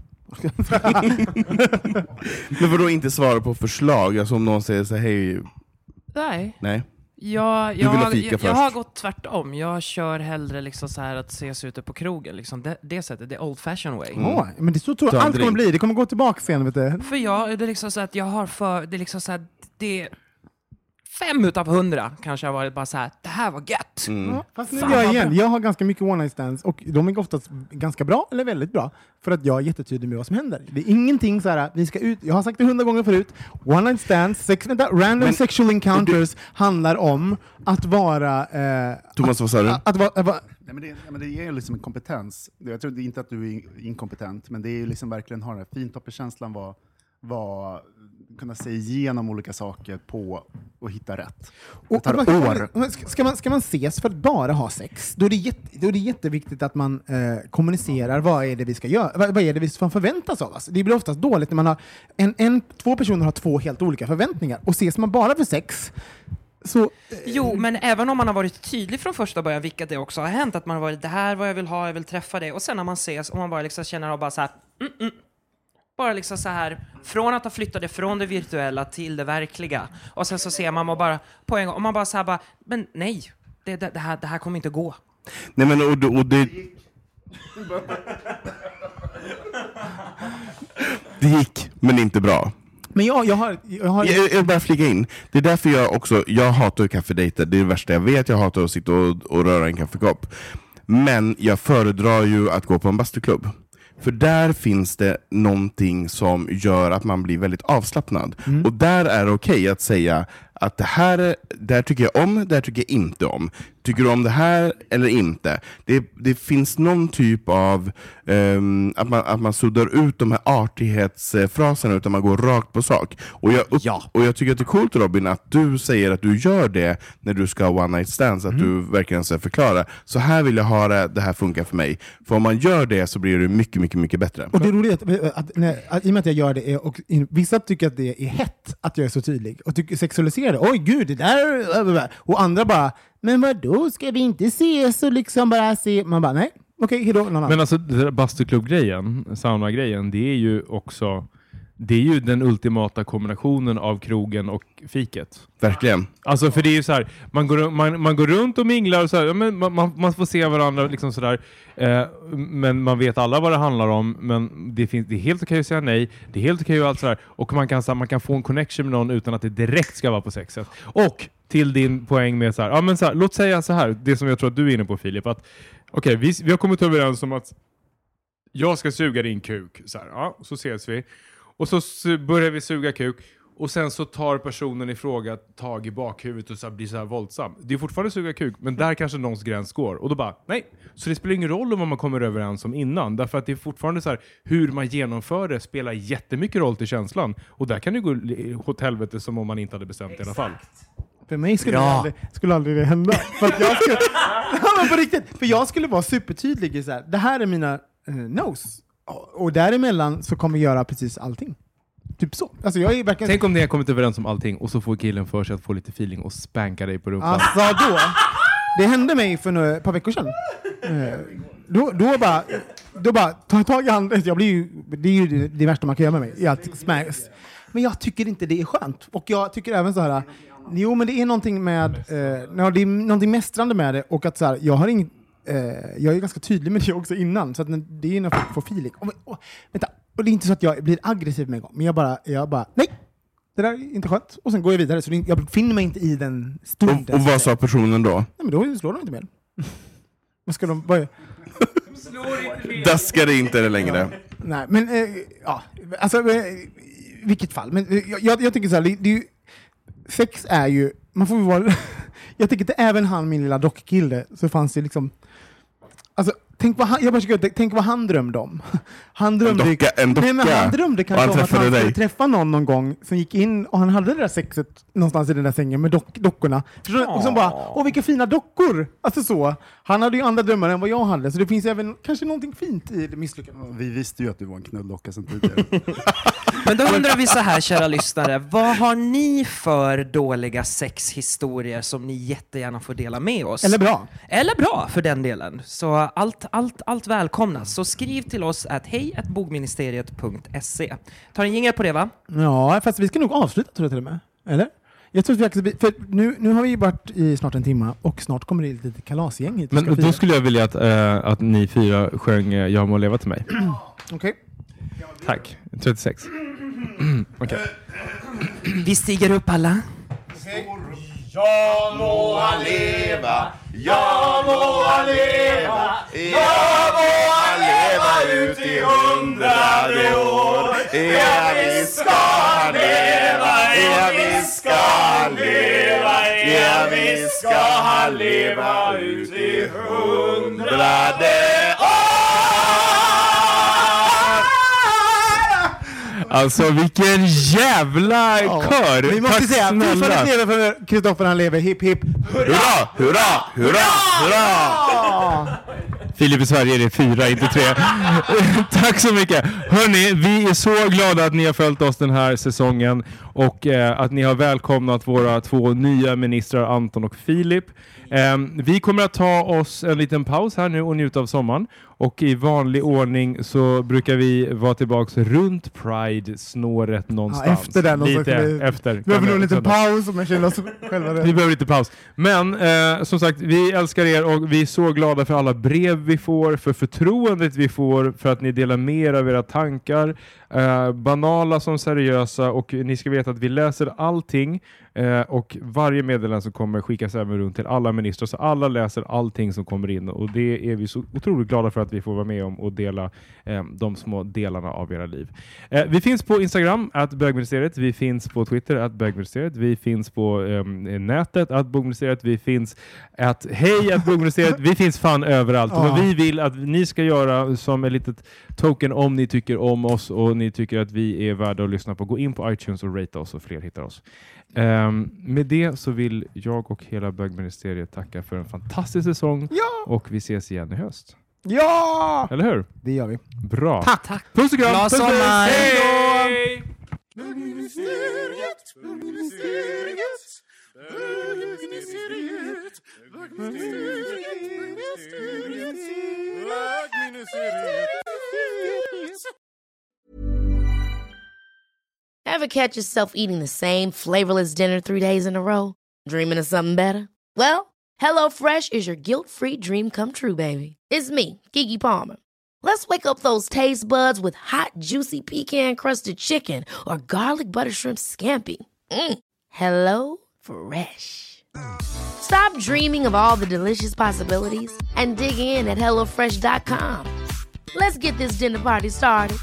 Men vadå inte svara på förslag? Alltså om någon säger så här, hej... Nej. Nej. Jag, Du jag, vill ha har, fika jag, först. jag har gått tvärtom. Jag kör hellre liksom så här att ses ute på krogen. Liksom det, det sättet, det old fashion way. Mm. Oh, men det så tror jag allt kommer bli. Det kommer gå tillbaka sen, vet du. För jag, det är liksom så att jag har för... Det är liksom så här... Det fem utav hundra kanske har varit bara så här, det här var gött. Mm. Ja, fast nu Fan, jag vad igen. bra. Jag har ganska mycket one night stands och de är oftast ganska bra eller väldigt bra för att jag är jättetydlig med vad som händer. Det är ingenting så här, vi ska ut, jag har sagt det hundra gånger förut, one night stands, sex, vänta, random Men- sexual encounters handlar om att vara... Eh, Thomas, vad sa du? att, att, vara- att, vara- Nej, men det, ja, men det är ju liksom en kompetens. Jag tror inte att du är in- inkompetent, men det är ju liksom verkligen ha den här fintoppkänslan, var, var, kunna se igenom olika saker på och hitta rätt. Det Och, tar och man, år. man- Ska man, ska man ses för att bara ha sex, då är det, jätte, då är det jätteviktigt att man eh, kommunicerar vad är det vi ska göra, vad, vad är det vi som förväntas av oss. Det blir oftast dåligt när man har en, en, två personer har två helt olika förväntningar, och ses man bara för sex så... Eh, Jo, men även om man har varit tydlig från första början, vilket det också har hänt, att man har varit det här vad jag vill ha, jag vill träffa det, och sen när man ses och man bara liksom känner av bara så här, mm, mm. Bara liksom så här, från att ha flyttat det från det virtuella till det verkliga. Och sen så ser man bara på en gång, och man bara så här bara, men nej, det, det, det, här, det här kommer inte gå. Nej men och, och det... Det gick, men inte bra. Men jag, jag har... Jag har Jag, jag vill bara flika in. Det är därför jag också, jag hatar kaffedejter. Det är det värsta jag vet. Jag hatar att sitta och, och röra en kaffekopp. Men jag föredrar ju att gå på en bastuklubb. För där finns det någonting som gör att man blir väldigt avslappnad. Mm. Och där är det okej att säga att det här, är, det här tycker jag om, det här tycker jag inte om. Tycker du om det här eller inte? Det, det finns någon typ av um, att, man, att man suddar ut de här artighetsfraserna, utan man går rakt på sak. Och jag, upp, Ja. och jag tycker att det är coolt, Robin, att du säger att du gör det när du ska ha one night stands, att Mm. du verkligen ska förklara. Så här vill jag ha det, det här funkar för mig. För om man gör det så blir det mycket, mycket, mycket bättre. Och det är roligt att, att, när, att i och med att jag gör det, är, och in, vissa tycker att det är hett att jag är så tydlig och tycker sexualisera det. Oj gud, det där... Och andra bara, men vadå, ska vi inte ses och liksom bara se? Man bara, nej, okej, hejdå, någon annan. Men alltså, det där bastuklubb-grejen, sauna-grejen, det är ju också, det är ju den ultimata kombinationen av krogen och fiket. Verkligen. Alltså för det är ju så här, man går, man, man går runt och minglar och så här, ja, men man, man, man får se varandra liksom så där, eh, men man vet alla vad det handlar om, men det, finns, det är helt okej att säga nej, det är helt okej och allt så här, och man kan, så här, man kan få en connection med någon utan att det direkt ska vara på sexet. Och till din poäng med så här, ja men så här, låt säga så här, det som jag tror att du är inne på, Filip, att okej, vi, vi har kommit överens om att jag ska suga din kuk, så här, ja, så ses vi. Och så su- börjar vi suga kuk. Och sen så tar personen i fråga tag i bakhuvudet och så blir så här våldsam. Det är fortfarande suga kuk, men där kanske någons gräns går. Och då bara, nej. Så det spelar ingen roll om vad man kommer överens om innan. Därför att det är fortfarande så här, hur man genomför det spelar jättemycket roll till känslan. Och där kan det gå åt helvete som om man inte hade bestämt. Exakt. I alla fall. För mig skulle, Ja. det aldrig, skulle aldrig det hända. För att jag skulle, ja, men på riktigt, för jag skulle vara supertydlig i så här, det här är mina uh, nos. Och, och däremellan så kommer jag göra precis allting. Typ så. Alltså jag är verkligen... Tänk om ni har kommit överens om allting och så får killen för sig att få lite feeling och spanka dig på rumpan. Alltså då, det hände mig för några, ett par veckor sedan. Eh, då, då bara, då bara ta tag i handen. Jag blir ju, det är ju det, det värsta man kan göra med mig. Att smärs. Men jag tycker inte det är skönt. Och jag tycker även så här, jo men det är någonting med, eh, ja, det är någonting mästrande med det. Och att så här, jag har inget, eh, jag är ganska tydlig med det också innan. Så att när, det är när folk får feeling. Och, och, vänta, och det är inte så att jag blir aggressiv med en gång. Men jag bara, jag bara, nej. Det där är inte skönt. Och sen går jag vidare. Så det, jag befinner mig inte i den stunden. Och, och vad sa personen då? Nej, men då slår de inte mer. Vad ska de... Vad Daskar det inte längre. Ja. Nej, men... Eh, ja, alltså... Eh, i vilket fall. Men eh, jag, jag tycker så här, det, det är ju, sex är ju... Man får ju vara... jag tycker att även han, min lilla dockkille, så fanns det liksom... Alltså, tänk vad han, jag bara ska, tänk vad han drömde om. Han drömde, en docka, en docka. Nej, men han drömde kanske han om att han skulle dig. träffa någon någon gång som gick in och han hade det där sexet någonstans i den där sängen med dock, dockorna. Och som bara, åh vilka fina dockor! Alltså så. Han hade ju andra drömmar än vad jag hade, så det finns även kanske någonting fint i det misslyckandet. Vi visste ju att du var en knulldocka sedan tidigare. Men då undrar vi så här, kära lyssnare, vad har ni för dåliga sexhistorier som ni jättegärna får dela med oss? Eller bra. Eller bra, för den delen. Så allt, allt, allt välkomnas. Så skriv till oss att hej at bogministeriet punkt se. Tar en jingel på det, va? Ja, fast vi ska nog avsluta, tror jag till och med. Eller? Jag tror att vi, för nu, nu har vi varit i snart en timme och snart kommer det ett litet kalasgäng hit. Men då skulle jag vilja att, äh, att ni fyra sjöng äh, Jag må leva till mig. Okej. Okay. Tack. trettiosex. Okej. Okay. Vi stiger upp alla. Okay. Jag må han leva, jag må han leva, jag må han leva ut i hundrade år. Ja, vi ska han leva, ja, vi ska han leva, ja, vi ska han leva ut i hundrade år. Alltså vilken jävla kör! Vi måste säga, fortfarande lever för Kristoffer, han lever, hipp hipp. Hurra, hurra, hurra, hurra! Filip i Sverige är det fyra, inte tre. Tack så mycket. Hörrni, vi är så glada att ni har följt oss den här säsongen och eh, att ni har välkomnat våra två nya ministrar, Anton och Filip. Eh, vi kommer att ta oss en liten paus här nu och njuta av sommaren. Och i vanlig ordning så brukar vi vara tillbaka runt Pride-snåret någonstans. Ja, efter den. Lite vi, efter. Vi behöver nog lite paus om jag känner oss själva. Vi behöver lite paus. Men eh, som sagt, vi älskar er och vi är så glada för alla brev vi får, för förtroendet vi får, för att ni delar mer av era tankar. Eh, banala som seriösa, och ni ska veta att vi läser allting. Eh, och varje meddelande som kommer skickas även runt till alla ministrar, så alla läser allting som kommer in, och det är vi så otroligt glada för att vi får vara med om och dela eh, de små delarna av era liv. Eh, vi finns på Instagram at bögministeriet, vi finns på Twitter at bögministeriet, vi finns på eh, nätet at bögministeriet, vi finns at hej at bögministeriet, vi finns fan överallt. Ja. Och vi vill att ni ska göra som ett litet token om ni tycker om oss och ni tycker att vi är värda att lyssna på. Gå in på iTunes och rate oss och fler hittar oss. Um, med det så vill jag och hela bögministeriet tacka för en fantastisk säsong. Ja! Och vi ses igen i höst. Ja! Eller hur? Det gör vi. Bra. Tack. Tack. Puss och kram. Glad sommar. Hej! Bögministeriet, bögministeriet, bögministeriet, Ever catch yourself eating the same flavorless dinner three days in a row? Dreaming of something better? Well, HelloFresh is your guilt-free dream come true, baby. It's me, Keke Palmer. Let's wake up those taste buds with hot, juicy pecan-crusted chicken or garlic butter shrimp scampi. Mm. Hello Fresh. Stop dreaming of all the delicious possibilities and dig in at hello fresh dot com. Let's get this dinner party started.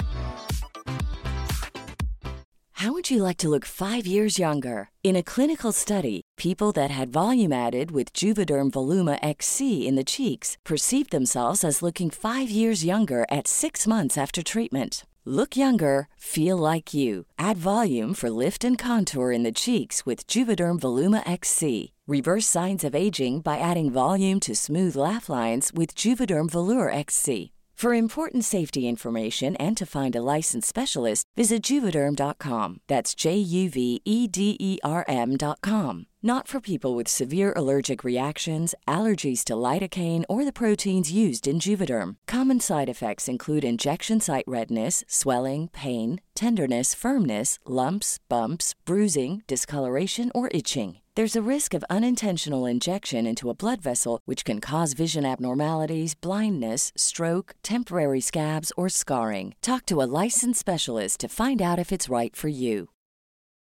How would you like to look five years younger? In a clinical study, people that had volume added with Juvederm Voluma X C in the cheeks perceived themselves as looking five years younger at six months after treatment. Look younger, feel like you. Add volume for lift and contour in the cheeks with Juvederm Voluma X C. Reverse signs of aging by adding volume to smooth laugh lines with Juvederm Volure X C. For important safety information and to find a licensed specialist, visit Juvederm dot com. That's J U V E D E R M dot com. Not for people with severe allergic reactions, allergies to lidocaine, or the proteins used in Juvederm. Common side effects include injection site redness, swelling, pain, tenderness, firmness, lumps, bumps, bruising, discoloration, or itching. There's a risk of unintentional injection into a blood vessel, which can cause vision abnormalities, blindness, stroke, temporary scabs, or scarring. Talk to a licensed specialist to find out if it's right for you.